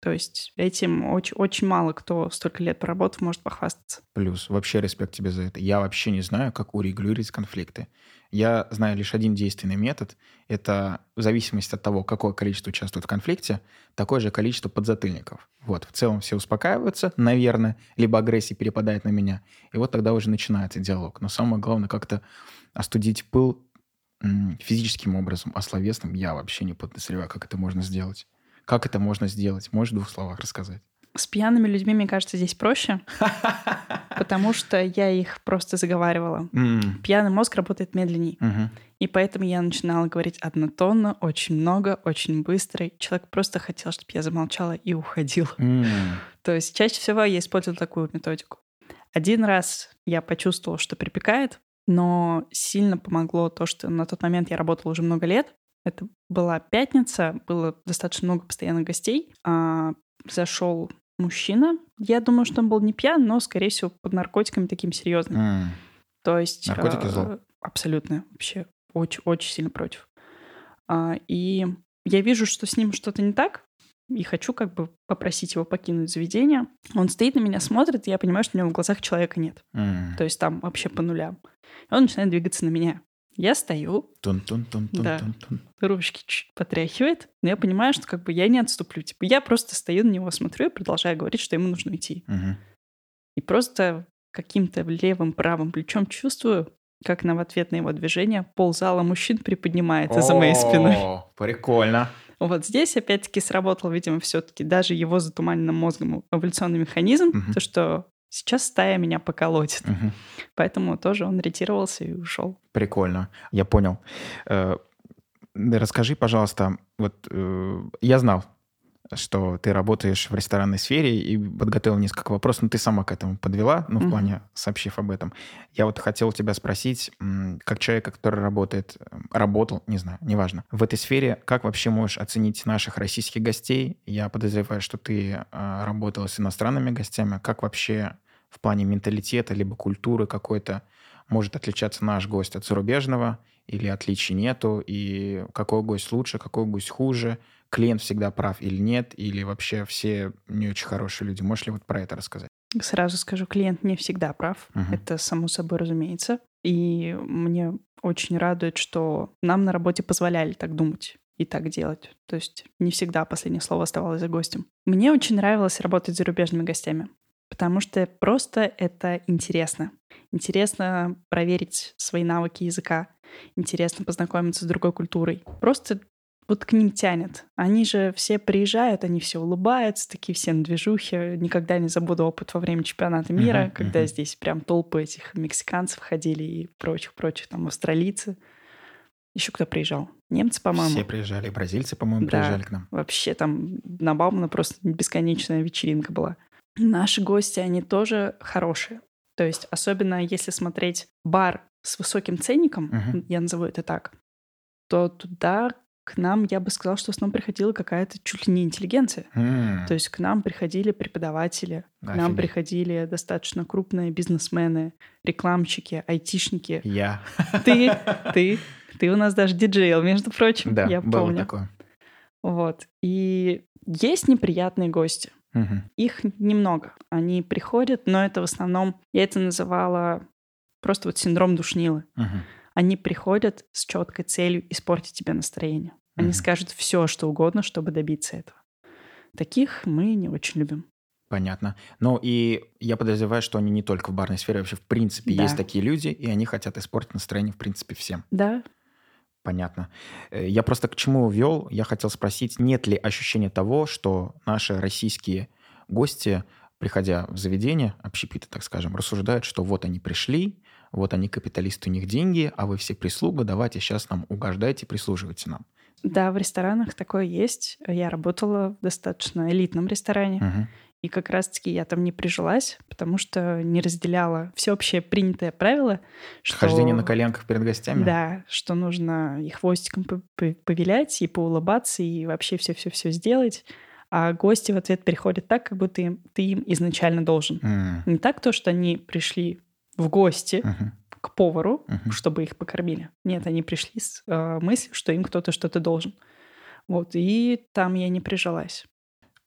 То есть этим очень мало кто столько лет проработав может похвастаться. Плюс вообще респект тебе за это. Я вообще не знаю, как урегулировать конфликты. Я знаю лишь один действенный метод. Это в зависимости от того, какое количество участвует в конфликте, такое же количество подзатыльников. Вот, в целом все успокаиваются, наверное, либо агрессия перепадает на меня, и вот тогда уже начинается диалог. Но самое главное как-то остудить пыл физическим образом, а словесным я вообще не подозреваю, как это можно сделать. Как это можно сделать? Можешь в 2 словах рассказать? С пьяными людьми, мне кажется, здесь проще, потому что я их просто заговаривала. Пьяный мозг работает медленней. И поэтому я начинала говорить однотонно, очень много, очень быстро. И человек просто хотел, чтобы я замолчала и уходила. То есть чаще всего я использовала такую методику. Один раз я почувствовала, что припекает, но сильно помогло то, что на тот момент я работала уже много лет. Это была пятница, было достаточно много постоянных гостей. Зашел мужчина. Я думаю, что он был не пьян, но, скорее всего, под наркотиками таким серьезным. То есть... Наркотики зло. Абсолютно. Вообще очень сильно против. И я вижу, что с ним что-то не так, и хочу как бы попросить его покинуть заведение. Он стоит на меня, смотрит, и я понимаю, что у него в глазах человека нет. То есть там вообще по нулям. И он начинает двигаться на меня. Я стою, да, ручки чуть потряхивает, но я понимаю, что как бы я не отступлю. Типа я просто стою на него, смотрю и продолжаю говорить, что ему нужно уйти. И просто каким-то левым, правым плечом чувствую, как в ответ на его движение ползала мужчин приподнимается за моей спиной. Прикольно. Вот здесь опять-таки сработал, видимо, все-таки даже его затуманенным мозгом эволюционный механизм, то, что сейчас стая меня поколотит. Поэтому тоже он ретировался и ушел. Прикольно. Я понял. Расскажи, пожалуйста, вот я знал, что ты работаешь в ресторанной сфере и подготовил несколько вопросов, но ты сама к этому подвела, в плане сообщив об этом. Я вот хотел у тебя спросить, как человека, который работал, не знаю, неважно, в этой сфере, как вообще можешь оценить наших российских гостей? Я подозреваю, что ты работала с иностранными гостями. Как вообще в плане менталитета либо культуры какой-то может отличаться наш гость от зарубежного, или отличий нету, и какой гость лучше, какой гость хуже, клиент всегда прав или нет, или вообще все не очень хорошие люди. Можешь ли вот про это рассказать? Сразу скажу, клиент не всегда прав. Это само собой разумеется. И мне очень радует, что нам на работе позволяли так думать и так делать. То есть не всегда последнее слово оставалось за гостем. Мне очень нравилось работать с зарубежными гостями, потому что просто это интересно. Интересно проверить свои навыки языка, интересно познакомиться с другой культурой. Просто вот к ним тянет. Они же все приезжают, они все улыбаются, такие все на движухе. Никогда не забуду опыт во время чемпионата мира, когда здесь прям толпы этих мексиканцев ходили и прочих там австралийцы. Еще кто приезжал? Немцы, по-моему. Все приезжали, бразильцы, по-моему, приезжали к нам. Вообще там на Баумана просто бесконечная вечеринка была. Наши гости, они тоже хорошие. То есть особенно если смотреть бар с высоким ценником, я назову это так, то туда к нам, я бы сказала, что в основном приходила какая-то чуть ли не интеллигенция. То есть к нам приходили преподаватели, к нам приходили достаточно крупные бизнесмены, рекламщики, айтишники. Я. Ты у нас даже диджейл, между прочим, да, я было помню. Такое. Вот. И есть неприятные гости. Их немного. Они приходят, но это в основном, я это называла просто вот синдром душнилы. Они приходят с четкой целью испортить тебе настроение. Они скажут все, что угодно, чтобы добиться этого. Таких мы не очень любим. Понятно. Ну и я подозреваю, что они не только в барной сфере, вообще в принципе есть такие люди, и они хотят испортить настроение в принципе всем. Да. Понятно. Я просто к чему вел? Я хотел спросить, нет ли ощущения того, что наши российские гости, приходя в заведение, общепиты, так скажем, рассуждают, что вот они пришли, вот они капиталисты, у них деньги, а вы все прислуга, давайте сейчас нам угождайте, прислуживайте нам. Да, в ресторанах такое есть. Я работала в достаточно элитном ресторане. И как раз-таки я там не прижилась, потому что не разделяла всеобщее принятое правило, что... Хождение на коленках перед гостями? Да, что нужно и хвостиком повилять, и поулыбаться, и вообще все-все-все сделать. А гости в ответ приходят так, как будто ты им изначально должен. Не так то, что они пришли в гости к повару, чтобы их покормили. Нет, они пришли с мыслью, что им кто-то что-то должен. Вот, и там я не прижилась.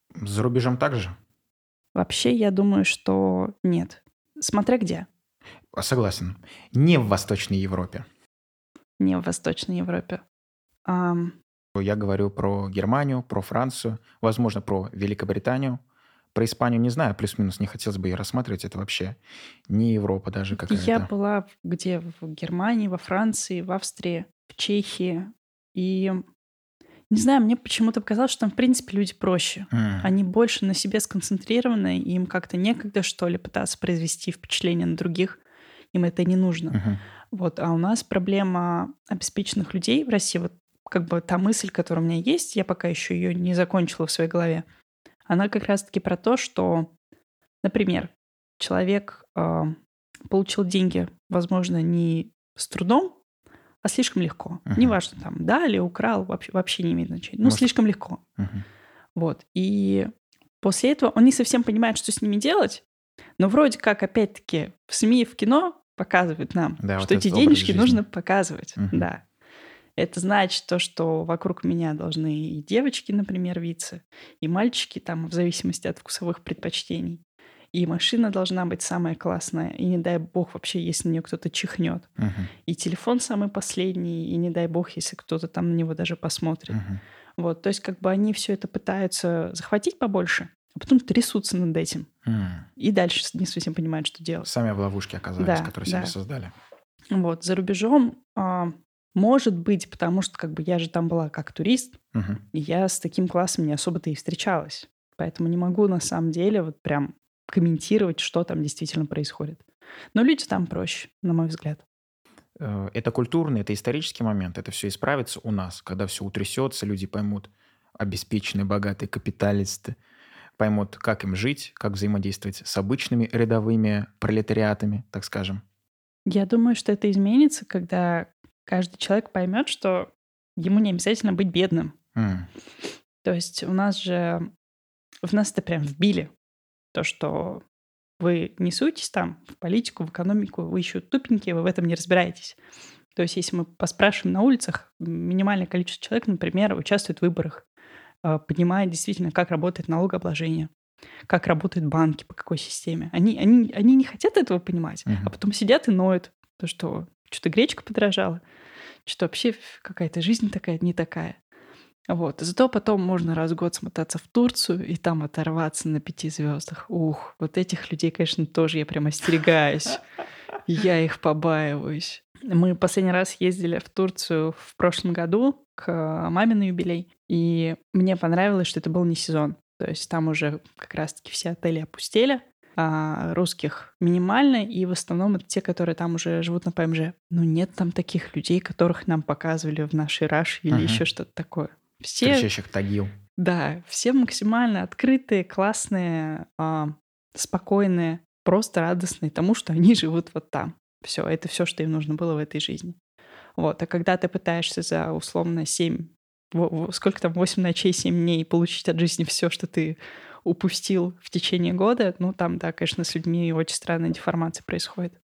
За рубежом также? Вообще, я думаю, что нет. Смотря где. Согласен. Не в Восточной Европе. Не в Восточной Европе. Ам, Я говорю про Германию, про Францию, возможно, про Великобританию. Про Испанию не знаю, плюс-минус не хотелось бы ее рассматривать. Это вообще не Европа даже Я какая-то. была где? В Германии, во Франции, в Австрии, в Чехии. И не знаю, мне почему-то показалось, что там, в принципе, люди проще. М, Они больше на себе сконцентрированы, и им как-то некогда, что ли, пытаться произвести впечатление на других. Им это не нужно. мгм, Вот. А у нас проблема обеспеченных людей в России. Вот как бы та мысль, которая у меня есть, я пока еще ее не закончила в своей голове, она как раз-таки про то, что, например, человек получил деньги, возможно, не с трудом, а слишком легко. мгм. Неважно, там, дали, украл, вообще не имеет значения. Ну, Может, слишком легко. мгм. Вот. И после этого он не совсем понимает, что с ними делать, но вроде как, опять-таки, в СМИ, в кино показывают нам, Да, вот что эти этот образ денежки жизни. нужно показывать. Мгм, Да. Это значит то, что вокруг меня должны и девочки, например, виться, и мальчики, там, в зависимости от вкусовых предпочтений. И машина должна быть самая классная, и не дай бог вообще, если на нее кто-то чихнет. мгм, И телефон самый последний, и не дай бог, если кто-то там на него даже посмотрит. мгм. Вот, то есть как бы они все это пытаются захватить побольше, а потом трясутся над этим. И дальше не совсем понимают, что делать. Сами в ловушке оказались, Да, которые себе да. создали. Вот, за рубежом может быть, потому что как бы я же там была как турист, Мгм. и я с таким классом не особо-то и встречалась. Поэтому не могу на самом деле вот прям комментировать, что там действительно происходит. Но люди там проще, на мой взгляд. Это культурный, это исторический момент. Это все исправится у нас, когда все утрясется, люди поймут, обеспеченные, богатые капиталисты, поймут, как им жить, как взаимодействовать с обычными рядовыми пролетариатами, так скажем. Я думаю, что это изменится, когда каждый человек поймет, что ему не обязательно быть бедным. М, То есть в нас это прям вбили, то, что вы не суетесь там в политику, в экономику, вы еще тупенькие, вы в этом не разбираетесь. То есть если мы поспрашиваем на улицах, минимальное количество человек, например, участвует в выборах, понимает действительно, как работает налогообложение, как работают банки, по какой системе. Они не хотят этого понимать, а мгм. потом сидят и ноют, то, что что-то гречка подорожала, что вообще какая-то жизнь такая не такая. Вот. Зато потом можно раз в год смотаться в Турцию и там оторваться на 5 звездах. Ух, вот этих людей, конечно, тоже я прям остерегаюсь. Я их побаиваюсь. Мы последний раз ездили в Турцию в прошлом году к маме на юбилей, и мне понравилось, что это был не сезон. То есть там уже как раз-таки все отели опустели, а русских минимально, и в основном это те, которые там уже живут на ПМЖ. Но нет там таких людей, которых нам показывали в нашей Раш или Мгм. еще что-то такое. Все, Кричащих тагил. да, все максимально открытые, классные, спокойные, просто радостные тому, что они живут вот там. Все, это все, что им нужно было в этой жизни. Вот. А когда ты пытаешься за условно 7, сколько там, 8 ночей, 7 дней получить от жизни все, что ты упустил в течение года, ну там, да, конечно, с людьми очень странная деформация происходит.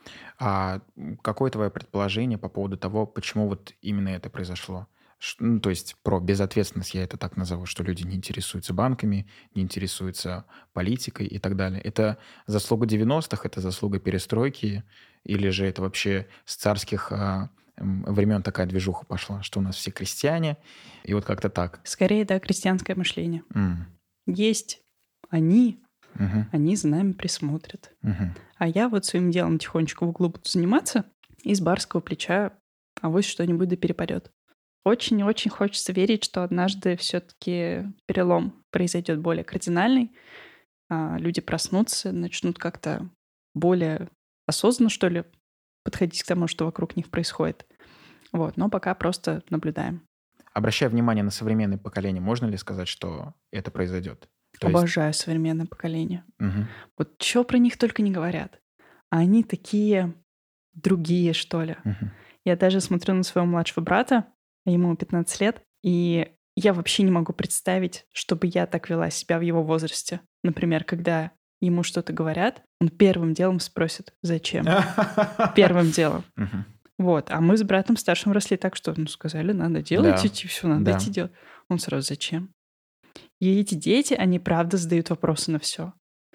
Какое твое предположение по поводу того, почему вот именно это произошло? Ну, то есть про безответственность, я это так назову, что люди не интересуются банками, не интересуются политикой и так далее. Это заслуга 90-х, это заслуга перестройки, или же это вообще с царских времен такая движуха пошла, что у нас все крестьяне, и вот как-то так. Скорее, да, крестьянское мышление. М, Есть они, мгм, они за нами присмотрят. мгм. А я вот своим делом тихонечко в углу буду заниматься, и с барского плеча авось что-нибудь да перепадет. Очень-очень хочется верить, что однажды все-таки перелом произойдет более кардинальный, люди проснутся, начнут как-то более осознанно, что ли, подходить к тому, что вокруг них происходит. Вот, но пока просто наблюдаем. Обращая внимание на современное поколение, можно ли сказать, что это произойдет? То есть, Обожаю современное поколение. мгм, Вот что про них только не говорят. А они такие другие, что ли. мгм. Я даже смотрю на своего младшего брата, ему 15 лет, и я вообще не могу представить, чтобы я так вела себя в его возрасте. Например, когда ему что-то говорят, он первым делом спросит, зачем? Первым делом. Мгм. Вот. А мы с братом старшим росли так, что, ну, сказали, надо делать Да, идти, все надо да. идти делать. Он сразу, зачем? И эти дети, они правда задают вопросы на все.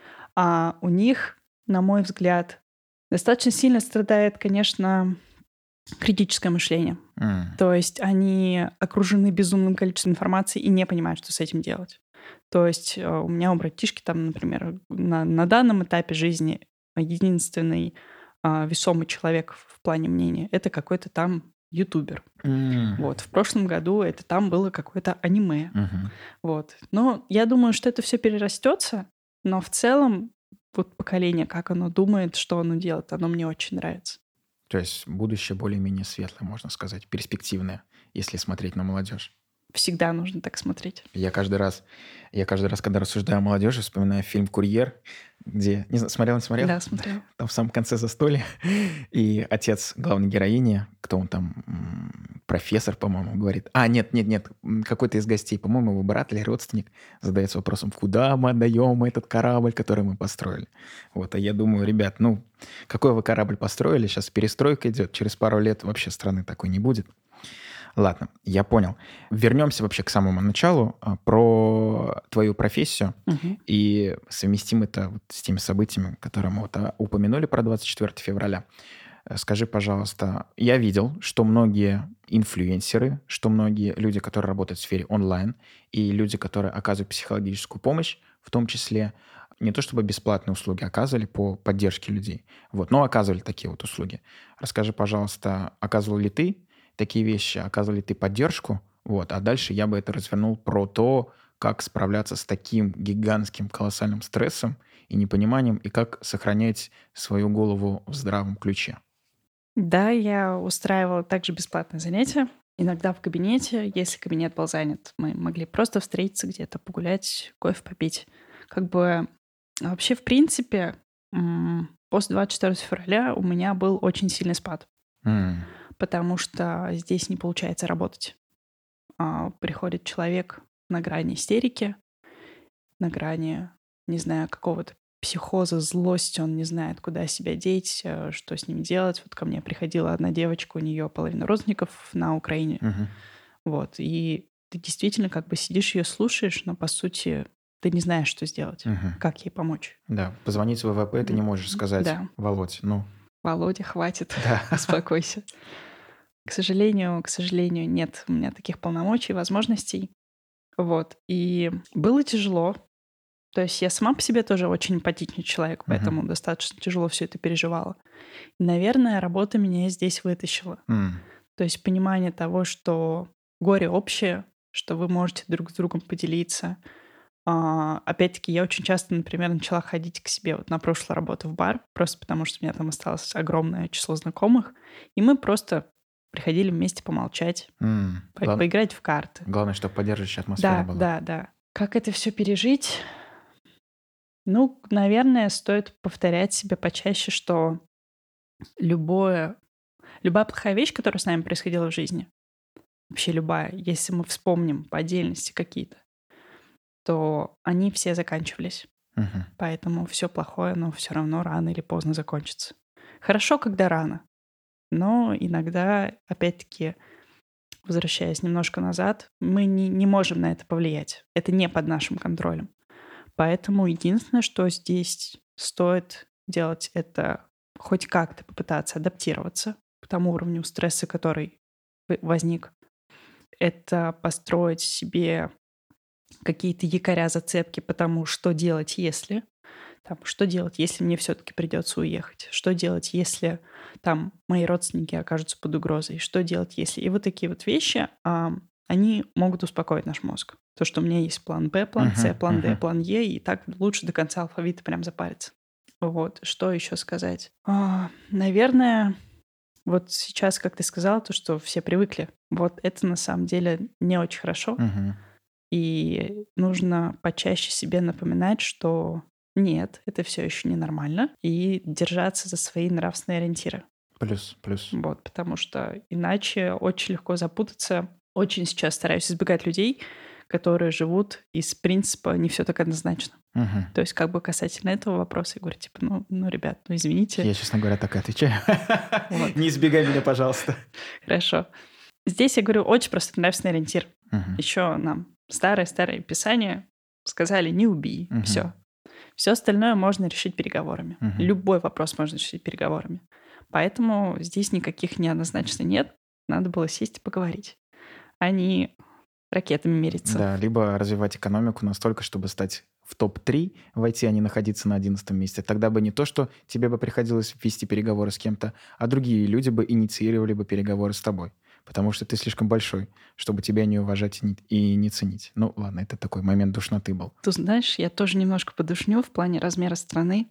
А у них, на мой взгляд, достаточно сильно страдает, конечно, критическое мышление. То есть они окружены безумным количеством информации и не понимают, что с этим делать. То есть у меня у братишки там, например, на данном этапе жизни единственный весомый человек в плане мнения — это какой-то там ютубер. Вот. В прошлом году это там было какое-то аниме. Вот. Но я думаю, что это все перерастется, но в целом вот поколение, как оно думает, что оно делает, оно мне очень нравится. То есть будущее более-менее светлое, можно сказать, перспективное, если смотреть на молодежь. Всегда нужно так смотреть. Я каждый раз, когда рассуждаю о молодежи, вспоминаю фильм «Курьер», где... Не знаю, смотрел, не смотрел? Да, смотрела. Там в самом конце застолья. И отец главной героини, кто он там, профессор, по-моему, говорит... нет, какой-то из гостей, по-моему, его брат или родственник, задается вопросом, куда мы отдаем этот корабль, который мы построили. Вот, а я думаю, ребят, какой вы корабль построили? Сейчас перестройка идет, через пару лет вообще страны такой не будет. Ладно, я понял. Вернемся вообще к самому началу, про твою профессию. И совместим это вот с теми событиями, которые мы упомянули про 24 февраля. Скажи, пожалуйста, я видел, что многие инфлюенсеры, что многие люди, которые работают в сфере онлайн, и люди, которые оказывают психологическую помощь, в том числе не то чтобы бесплатные услуги оказывали по поддержке людей, но оказывали такие вот услуги. Расскажи, пожалуйста, оказывал ли ты такие вещи, оказывал ли ты поддержку? А дальше я бы это развернул про то, как справляться с таким гигантским, колоссальным стрессом и непониманием, и как сохранять свою голову в здравом ключе. Да, я устраивала также бесплатные занятия. Иногда в кабинете, если кабинет был занят, мы могли просто встретиться где-то, погулять, кофе попить. Вообще, в принципе, после 24 февраля у меня был очень сильный спад. Потому что здесь не получается работать. Приходит человек на грани истерики, на грани, не знаю, какого-то психоза, злости, он не знает, куда себя деть, что с ним делать. Вот ко мне приходила одна девочка, у нее половина родственников на Украине. И ты действительно сидишь ее слушаешь, но по сути ты не знаешь, что сделать, как ей помочь. Да, позвонить в ВВП ты не можешь сказать, Володь, Володя, хватит, успокойся. К сожалению, нет у меня таких полномочий, возможностей. И было тяжело. То есть я сама по себе тоже очень эмпатичный человек, поэтому достаточно тяжело все это переживала. И, наверное, работа меня здесь вытащила. То есть понимание того, что горе общее, что вы можете друг с другом поделиться. Опять-таки, я очень часто, например, начала ходить к себе на прошлую работу в бар, просто потому что у меня там осталось огромное число знакомых, и мы просто приходили вместе помолчать, поиграть в карты. Главное, чтобы поддерживающая атмосфера была. Да. Как это все пережить? Наверное, стоит повторять себе почаще, что любая плохая вещь, которая с нами происходила в жизни, вообще любая, если мы вспомним по отдельности какие-то, то они все заканчивались. Поэтому все плохое, но все равно рано или поздно закончится. Хорошо, когда рано, но иногда, опять-таки, возвращаясь немножко назад, мы не можем на это повлиять. Это не под нашим контролем. Поэтому единственное, что здесь стоит делать, это хоть как-то попытаться адаптироваться к тому уровню стресса, который возник. Это построить себе какие-то якоря, зацепки по тому, что делать, если... что делать, если мне все-таки придется уехать? Что делать, если мои родственники окажутся под угрозой? Что делать, если... И вот такие вот вещи, они могут успокоить наш мозг. То, что у меня есть план Б, план С, план Д, план Е, и так лучше до конца алфавита прям запариться. Что еще сказать? Наверное, вот сейчас, как ты сказала, то, что все привыкли. Это на самом деле не очень хорошо. И нужно почаще себе напоминать, что нет, это все еще не нормально, и держаться за свои нравственные ориентиры. Плюс. Потому что иначе очень легко запутаться. Очень сейчас стараюсь избегать людей, которые живут из принципа «не все так однозначно». То есть касательно этого вопроса я говорю, ребят, извините. Я, честно говоря, так и отвечаю. Не избегай меня, пожалуйста. Хорошо. Здесь я говорю очень просто нравственный ориентир. Еще нам старое Писание сказали, не убий, все. Все остальное можно решить переговорами. Любой вопрос можно решить переговорами. Поэтому здесь никаких неоднозначно нет. Надо было сесть и поговорить, а не ракетами мериться. Да, либо развивать экономику настолько, чтобы стать в топ-3, войти, а не находиться на 11 месте. Тогда бы не то, что тебе бы приходилось вести переговоры с кем-то, а другие люди бы инициировали бы переговоры с тобой. Потому что ты слишком большой, чтобы тебя не уважать и не ценить. Ну, ладно, это такой момент душноты был. Ты знаешь, я тоже немножко подушню в плане размера страны.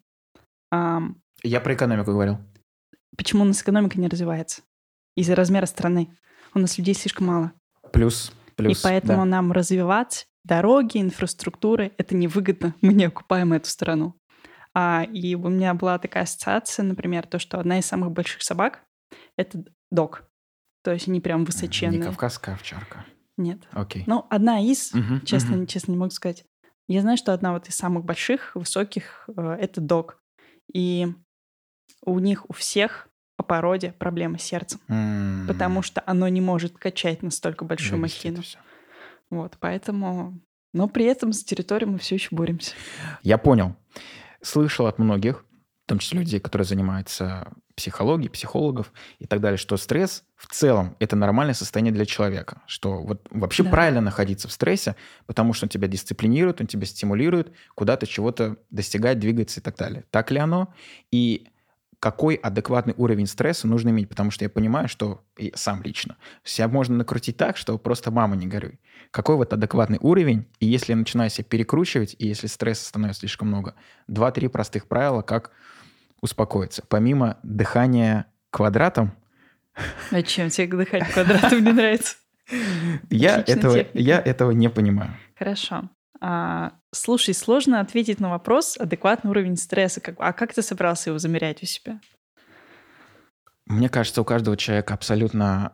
Я про экономику говорил. Почему у нас экономика не развивается? Из-за размера страны. У нас людей слишком мало. Плюс, и поэтому нам развивать дороги, инфраструктуры — это невыгодно. Мы не окупаем эту страну. И у меня была такая ассоциация, например, то, что одна из самых больших собак — это дог. То есть они прям высоченные. Не кавказская овчарка. Нет. Окей. Ну, одна из, честно, не могу сказать. Я знаю, что одна вот из самых больших, высоких — это дог. И у них у всех по породе проблемы с сердцем. Потому что оно не может качать настолько большую махину. Вот, поэтому... Но при этом за территорию мы все еще боремся. Я понял. Слышал от многих, в том числе людей, которые занимаются психологией, психологов и так далее, что стресс в целом это нормальное состояние для человека. Что вот вообще правильно находиться в стрессе, потому что он тебя дисциплинирует, он тебя стимулирует куда-то чего-то достигать, двигаться и так далее. Так ли оно? И какой адекватный уровень стресса нужно иметь? Потому что я понимаю, что и сам лично себя можно накрутить так, что просто мама не горюй. Какой вот адекватный уровень? И если я начинаю себя перекручивать, и если стресса становится слишком много, 2-3 простых правила, как успокоиться. Помимо дыхания квадратом... А чем тебе дыхание квадратом не нравится? Я этого не понимаю. Хорошо. Слушай, сложно ответить на вопрос адекватный уровень стресса. А как ты собрался его замерять у себя? Мне кажется, у каждого человека абсолютно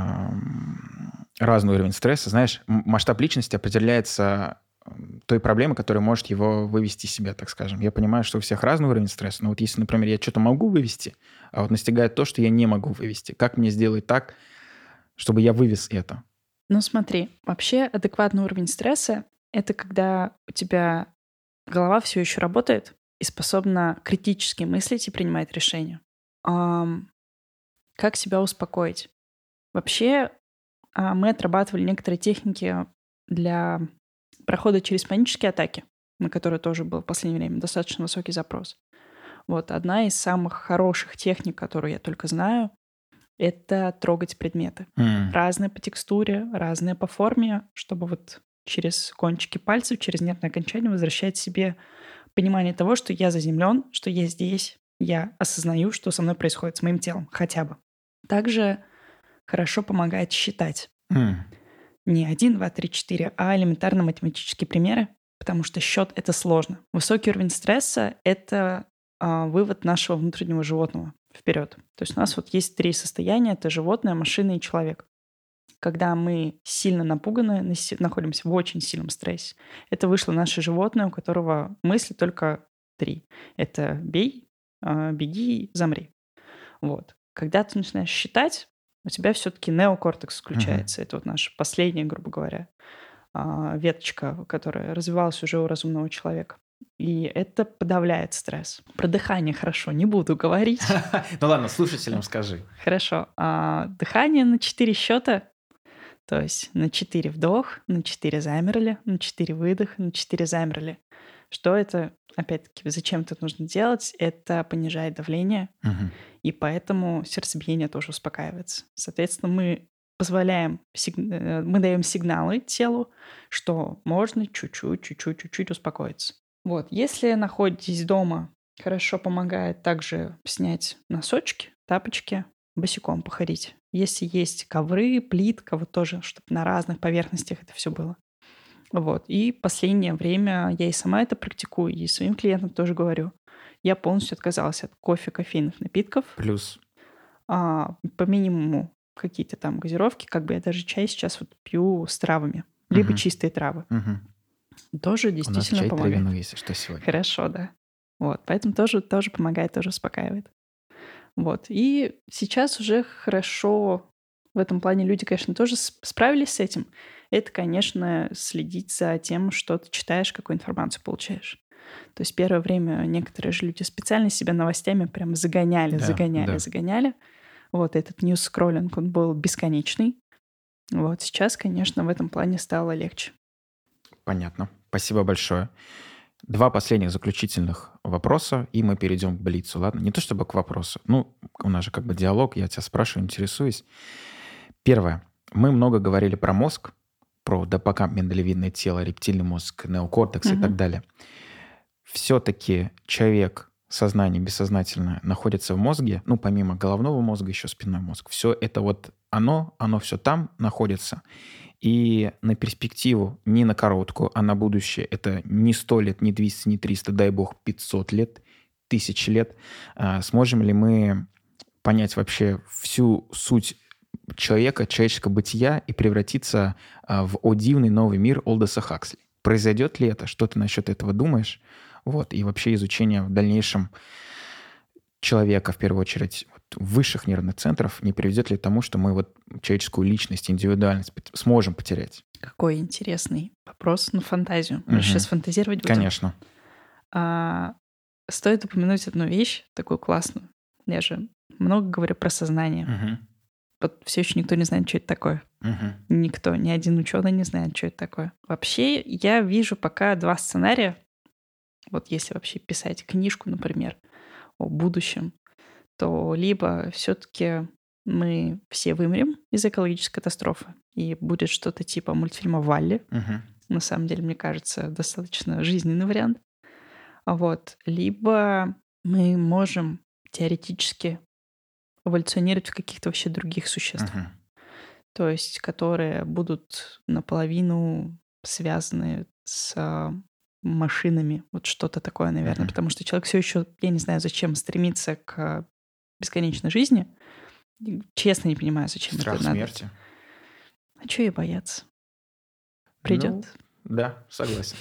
разный уровень стресса. Знаешь, масштаб личности определяется той проблемой, которая может его вывести из себя, так скажем. Я понимаю, что у всех разный уровень стресса, но вот если, например, я что-то могу вывести, а вот настигает то, что я не могу вывести, как мне сделать так, чтобы я вывез это? Ну смотри, вообще адекватный уровень стресса — это когда у тебя голова все еще работает и способна критически мыслить и принимать решения. Как себя успокоить? Вообще мы отрабатывали некоторые техники для прохода через панические атаки, на которые тоже был в последнее время достаточно высокий запрос. Вот одна из самых хороших техник, которую я только знаю, это трогать предметы. Разные по текстуре, разные по форме, чтобы вот через кончики пальцев, через нервное окончание возвращать себе понимание того, что я заземлен, что я здесь, я осознаю, что со мной происходит с моим телом, хотя бы. Также хорошо помогает считать. Не 1, 2, 3, 4, а элементарно математические примеры, потому что счет — это сложно. Высокий уровень стресса — это вывод нашего внутреннего животного вперед. То есть у нас вот есть 3 состояния — это животное, машина и человек. Когда мы сильно напуганы, находимся в очень сильном стрессе, это вышло наше животное, у которого мысли только 3. Это бей, беги, замри. Вот. Когда ты начинаешь считать, у тебя все-таки неокортекс включается. Это вот наша последняя, грубо говоря, веточка, которая развивалась уже у разумного человека. И это подавляет стресс. Про дыхание хорошо, не буду говорить. Ну ладно, слушателям скажи. Хорошо. Дыхание на 4 счета, то есть на 4 вдох, на 4 замерли, на 4 выдох, на 4 замерли. Что это? Опять-таки, зачем это нужно делать? Это понижает давление, и поэтому сердцебиение тоже успокаивается. Соответственно, мы даем сигналы телу, что можно чуть-чуть успокоиться. Вот. Если находитесь дома, хорошо помогает также снять носочки, тапочки, босиком походить. Если есть ковры, плитка, вот тоже, чтобы на разных поверхностях это все было. Вот. И последнее время я и сама это практикую, и своим клиентам тоже говорю. Я полностью отказалась от кофе, кофейных напитков. Плюс. По минимуму какие-то там газировки, как бы я даже чай сейчас вот пью с травами, либо чистые травы. Тоже действительно помогает. У нас чай травяной, если что, сегодня. Хорошо, да. Вот. Поэтому тоже помогает, тоже успокаивает. Вот. И сейчас уже хорошо в этом плане люди, конечно, тоже справились с этим. это, конечно, следить за тем, что ты читаешь, какую информацию получаешь. То есть первое время некоторые же люди специально себя новостями прям загоняли, Да, загоняли, да. загоняли. Вот этот ньюс-скроллинг, он был бесконечный. Вот сейчас, конечно, в этом плане стало легче. Понятно. Спасибо большое. 2 последних заключительных вопроса, и мы перейдем к блицу, ладно? Не то чтобы к вопросу. Ну, у нас же как бы диалог, я тебя спрашиваю, интересуюсь. Первое. Мы много говорили про мозг, про гиппокамп, миндалевидное тело, рептильный мозг, неокортекс и так Мгм. далее. Все-таки человек, сознание бессознательное, находится в мозге, ну, помимо головного мозга, еще спинной мозг. Все это вот оно все там находится. И на перспективу, не на короткую, а на будущее, это не 100 лет, не 200, не 300, дай бог, 500 лет, 1000 лет, сможем ли мы понять вообще всю суть человека, человеческого бытия и превратиться в «О дивный новый мир» Олдоса Хаксли? Произойдет ли это? Что ты насчет этого думаешь? Вот, и вообще изучение в дальнейшем человека, в первую очередь, вот, высших нервных центров, не приведет ли к тому, что мы вот человеческую личность, индивидуальность сможем потерять? Какой интересный вопрос на фантазию. Мы же Мгм. сейчас фантазировать будем. Конечно. А, Стоит упомянуть одну вещь, такую классную. Я же много говорю про сознание. Мгм. Вот все еще никто не знает, что это такое. Мгм. Никто, ни один ученый не знает, что это такое. Вообще, я вижу пока два сценария. Вот если вообще писать книжку, например, о будущем, то либо все-таки мы все вымрем из экологической катастрофы, и будет что-то типа мультфильма «Валли». Мгм. На самом деле, мне кажется, достаточно жизненный вариант. Вот. Либо мы можем теоретически эволюционировать в каких-то вообще других существ, Мгм. то есть которые будут наполовину связаны с машинами, вот что-то такое, наверное, Мгм. потому что человек все еще, я не знаю, зачем стремится к бесконечной жизни. Честно не понимаю, зачем Страх это надо. смерти. А чё ей бояться? Ну, Придет. да, согласен.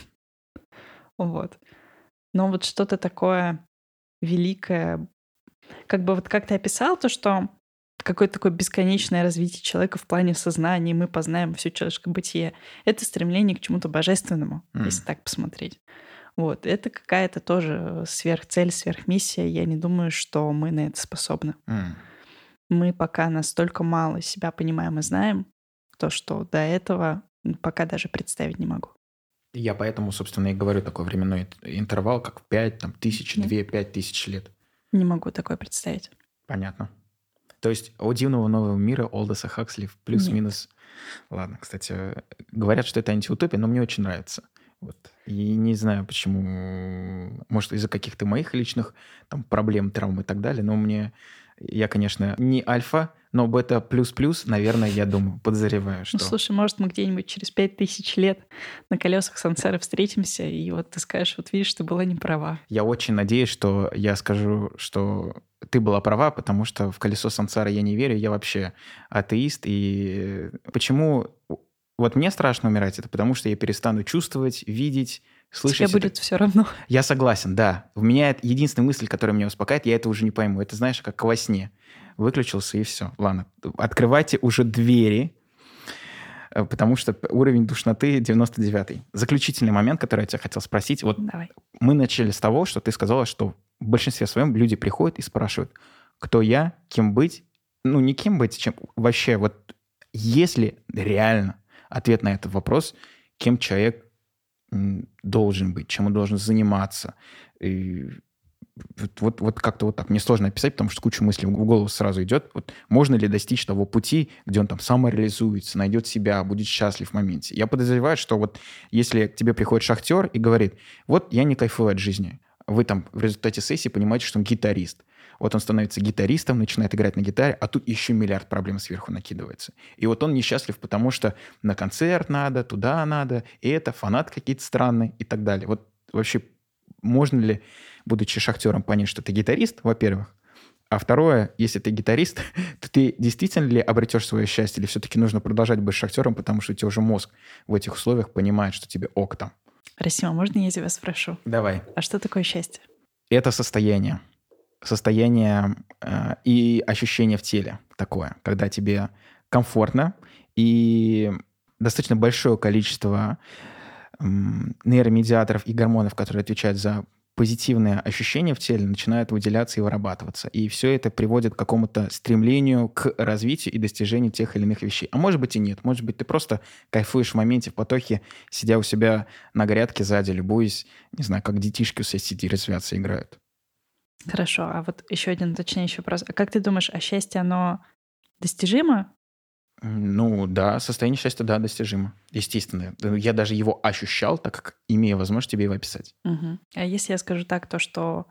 Вот. Но вот что-то такое великое, как бы вот как ты описал то, что какое-то такое бесконечное развитие человека в плане сознания, и мы познаем все человеческое бытие. Это стремление к чему-то божественному, М. если так посмотреть. Вот. Это какая-то тоже сверхцель, сверхмиссия. Я не думаю, что мы на это способны. М. Мы пока настолько мало себя понимаем и знаем, то, что до этого пока даже представить не могу. Я поэтому, собственно, и говорю такой временной интервал, как 5, там, тысяч, Нет, 2-5 тысяч лет. не могу такое представить. Понятно. То есть «О дивного нового мира» Олдоса Хаксли в Нет. плюс-минус. Ладно, кстати, говорят, что это антиутопия, но мне очень нравится. Вот. И не знаю, почему, может, из-за каких-то моих личных там проблем, травм и так далее, но я, конечно, не альфа, но бета плюс-плюс, наверное, я думаю, подозреваю, Ну, что... слушай, может, мы где-нибудь через 5000 лет на колесах сансары встретимся, и вот ты скажешь, вот видишь, ты была не права. Я очень надеюсь, что я скажу, что ты была права, потому что в колесо сансары я не верю, я вообще атеист. И почему... Вот мне страшно умирать, это потому что я перестану чувствовать, видеть, Тебе слышать. будет все равно. Я согласен, да. У меня это единственная мысль, которая меня успокаивает, я это уже не пойму. Это, знаешь, как во сне. Выключился, и все. Ладно, открывайте уже двери, потому что уровень душноты 99-й. Заключительный момент, который я тебя хотел спросить. Вот Давай. мы начали с того, что ты сказала, что в большинстве своем люди приходят и спрашивают, кто я, кем быть. Ну, не кем быть, чем вообще. Вот если реально ответ на этот вопрос, кем человек должен быть, чем он должен заниматься. И вот как-то вот так. Мне сложно описать, потому что куча мыслей в голову сразу идет. Вот можно ли достичь того пути, где он там самореализуется, найдет себя, будет счастлив в моменте. Я подозреваю, что вот если к тебе приходит шахтер и говорит, вот я не кайфую от жизни, вы там в результате сессии понимаете, что он гитарист. Вот он становится гитаристом, начинает играть на гитаре, а тут еще миллиард проблем сверху накидывается. И вот он несчастлив, потому что на концерт надо, туда надо, и это, фанат какие-то странные и так далее. Вот вообще можно ли, будучи шахтером, понять, что ты гитарист, во-первых, а второе, если ты гитарист, то ты действительно ли обретешь свое счастье, или все-таки нужно продолжать быть шахтером, потому что у тебя уже мозг в этих условиях понимает, что тебе ок там. Расима, можно я тебя спрошу? Давай. А что такое счастье? Это состояние и ощущение в теле такое, когда тебе комфортно, и достаточно большое количество нейромедиаторов и гормонов, которые отвечают за позитивные ощущения в теле, начинают выделяться и вырабатываться. И все это приводит к какому-то стремлению к развитию и достижению тех или иных вещей. А может быть и нет. Может быть, ты просто кайфуешь в моменте, в потоке, сидя у себя на грядке сзади, любуясь, не знаю, как детишки у соседей резвятся, играют. Хорошо, а вот еще один уточняющий вопрос. А как ты думаешь, а счастье, оно достижимо? Ну да, состояние счастья, да, достижимо. Естественно. Я даже его ощущал, так как имею возможность тебе его описать. Мгм. А если я скажу так, то что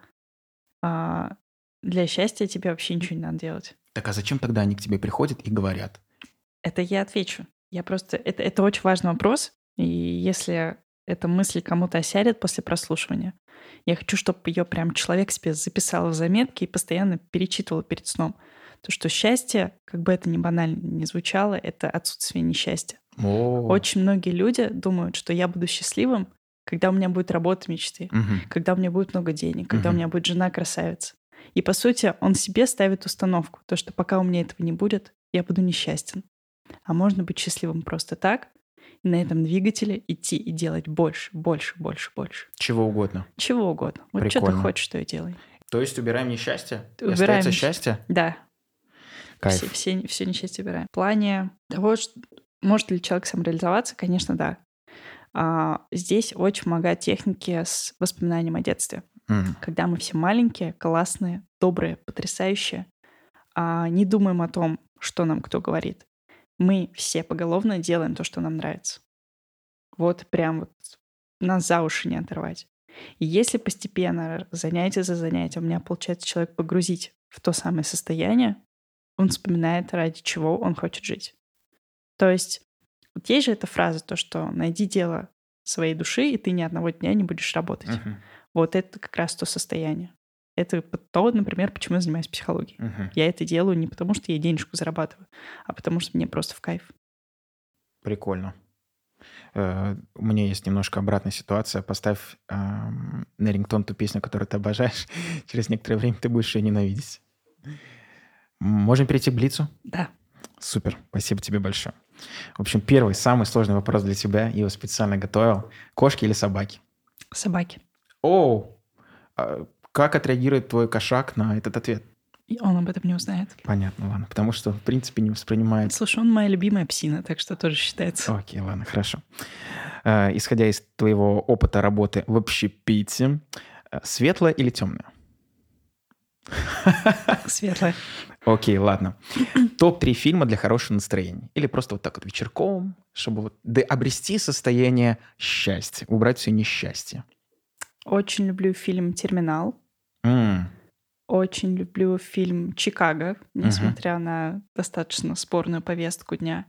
для счастья тебе вообще ничего не надо делать? Так а зачем тогда они к тебе приходят и говорят? Это я отвечу. Я просто... Это очень важный вопрос. И если эта мысль кому-то осядет после прослушивания, я хочу, чтобы ее прям человек себе записал в заметки и постоянно перечитывал перед сном. То, что счастье, как бы это ни банально не звучало, это отсутствие несчастья. О, Очень многие люди думают, что я буду счастливым, когда у меня будет работа мечты, мгм, когда у меня будет много денег, когда у мгм. меня будет жена красавица. И по сути он себе ставит установку, то, что пока у меня этого не будет, я буду несчастен. А можно быть счастливым просто так, и на этом двигателе идти и делать больше, больше, больше, больше. Чего угодно. Чего угодно. Вот что ты Прикольно. хочешь, что и делай. То есть убираем несчастье? И Убираем остается несчастье. счастье? Да, Кайф. все несчастье убираем. В плане того, может ли человек самореализоваться, конечно, да. Здесь очень помогают техники с воспоминанием о детстве. М, Когда мы все маленькие, классные, добрые, потрясающие, не думаем о том, что нам кто говорит. Мы все поголовно делаем то, что нам нравится. Вот прям вот нас за уши не оторвать. И если постепенно, занятие за занятием, у меня получается человек погрузить в то самое состояние, он вспоминает, ради чего он хочет жить. То есть вот есть же эта фраза, то, что найди дело своей души, и ты ни одного дня не будешь работать. мгм, Вот это как раз то состояние. Это то, например, почему я занимаюсь психологией. мгм. Я это делаю не потому, что я денежку зарабатываю, а потому что мне просто в кайф. Прикольно. У меня есть немножко обратная ситуация. Поставь на рингтон ту песню, которую ты обожаешь. Через некоторое время ты будешь ее ненавидеть. Можем перейти к блицу? Да. Супер, спасибо тебе большое. В общем, первый, самый сложный вопрос для тебя. Я его специально готовил. Кошки или собаки? Собаки. О, как отреагирует твой кошак на этот ответ? И он об этом не узнает. Понятно, ладно. Потому что, в принципе, не воспринимает. Слушай, он моя любимая псина, так что тоже считается. Окей, ладно, хорошо. Исходя из твоего опыта работы в общепите, светлое или темное? Светлая. Окей, ладно. Топ-3 фильма для хорошего настроения. Или просто вот так вот вечерком, чтобы вот обрести состояние счастья, убрать все несчастье. Очень люблю фильм «Терминал». М, Очень люблю фильм «Чикаго», мгм. несмотря на достаточно спорную повестку дня.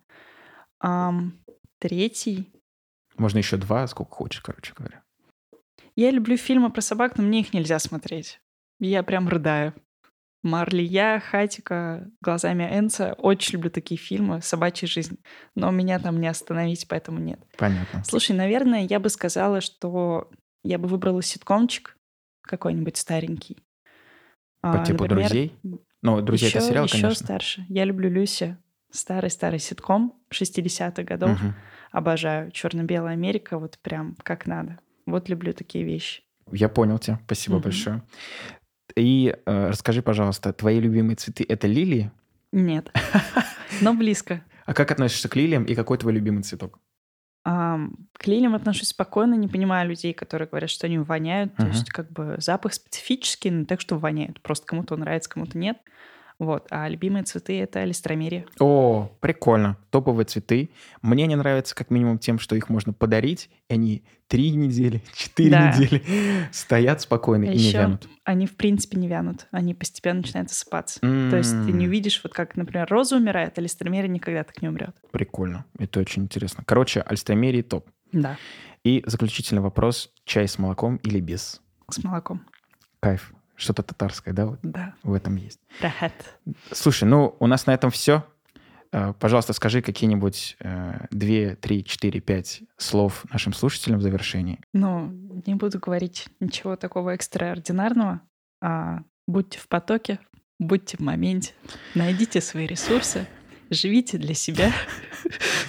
Третий. Можно еще 2, сколько хочешь, короче говоря. Я люблю фильмы про собак, но мне их нельзя смотреть. Я прям рыдаю. Марли Я, Хатико, «Глазами Энца». Очень люблю такие фильмы, «Собачья жизнь». Но меня там не остановить, поэтому нет. Понятно. Слушай, наверное, я бы сказала, что я бы выбрала ситкомчик какой-нибудь старенький. По типу Например, «Друзей»? Ну, «Друзья» — это сериал, еще конечно. старше. Я люблю Люси. Старый-старый ситком 60-х годов. Мгм. Обожаю. Черно-белая Америка, вот прям как надо. Вот люблю такие вещи. Я понял тебя. Спасибо Мгм. большое. И расскажи, пожалуйста, твои любимые цветы — это лилии? Нет, но близко. А как относишься к лилиям и какой твой любимый цветок? К лилиям отношусь спокойно, не понимаю людей, которые говорят, что они воняют. То Мгм. есть как бы запах специфический, но так, что воняют. Просто кому-то он нравится, кому-то нет. Вот. А любимые цветы — это алистромерия. О, прикольно. Топовые цветы. Мне они нравятся как минимум тем, что их можно подарить, и они 3 недели, 4 Да. недели стоят спокойно А и не еще вянут. они в принципе не вянут. Они постепенно начинают осыпаться. То есть ты не увидишь, вот как, например, роза умирает, а алистромерия никогда так не умрет. Прикольно. Это очень интересно. Короче, альстромерии топ. Да, И заключительный вопрос. Чай с молоком или без? с молоком. Кайф. Что-то татарское, да, вот Да. в этом есть. Рахат. Слушай, ну, у нас на этом все. Пожалуйста, скажи какие-нибудь 2, 3, 4, 5 слов нашим слушателям в завершении. Ну, не буду говорить ничего такого экстраординарного. Будьте в потоке, будьте в моменте, найдите свои ресурсы, живите для себя.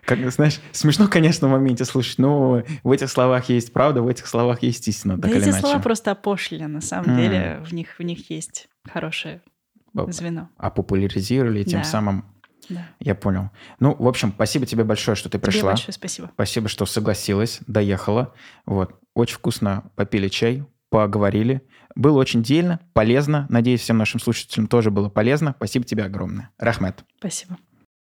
Как, знаешь, смешно, конечно, в моменте слушать, но в этих словах есть правда, в этих словах есть истина, так Да или эти иначе. слова просто опошлены, на самом деле. В них есть хорошее звено. А популяризировали, и тем Да. самым Да. я понял. Ну, в общем, спасибо тебе большое, что ты пришла. Тебе большое спасибо. Спасибо, что согласилась, доехала. Вот. Очень вкусно попили чай, поговорили. Было очень дельно, полезно. Надеюсь, всем нашим слушателям тоже было полезно. Спасибо тебе огромное. Рахмет. Спасибо.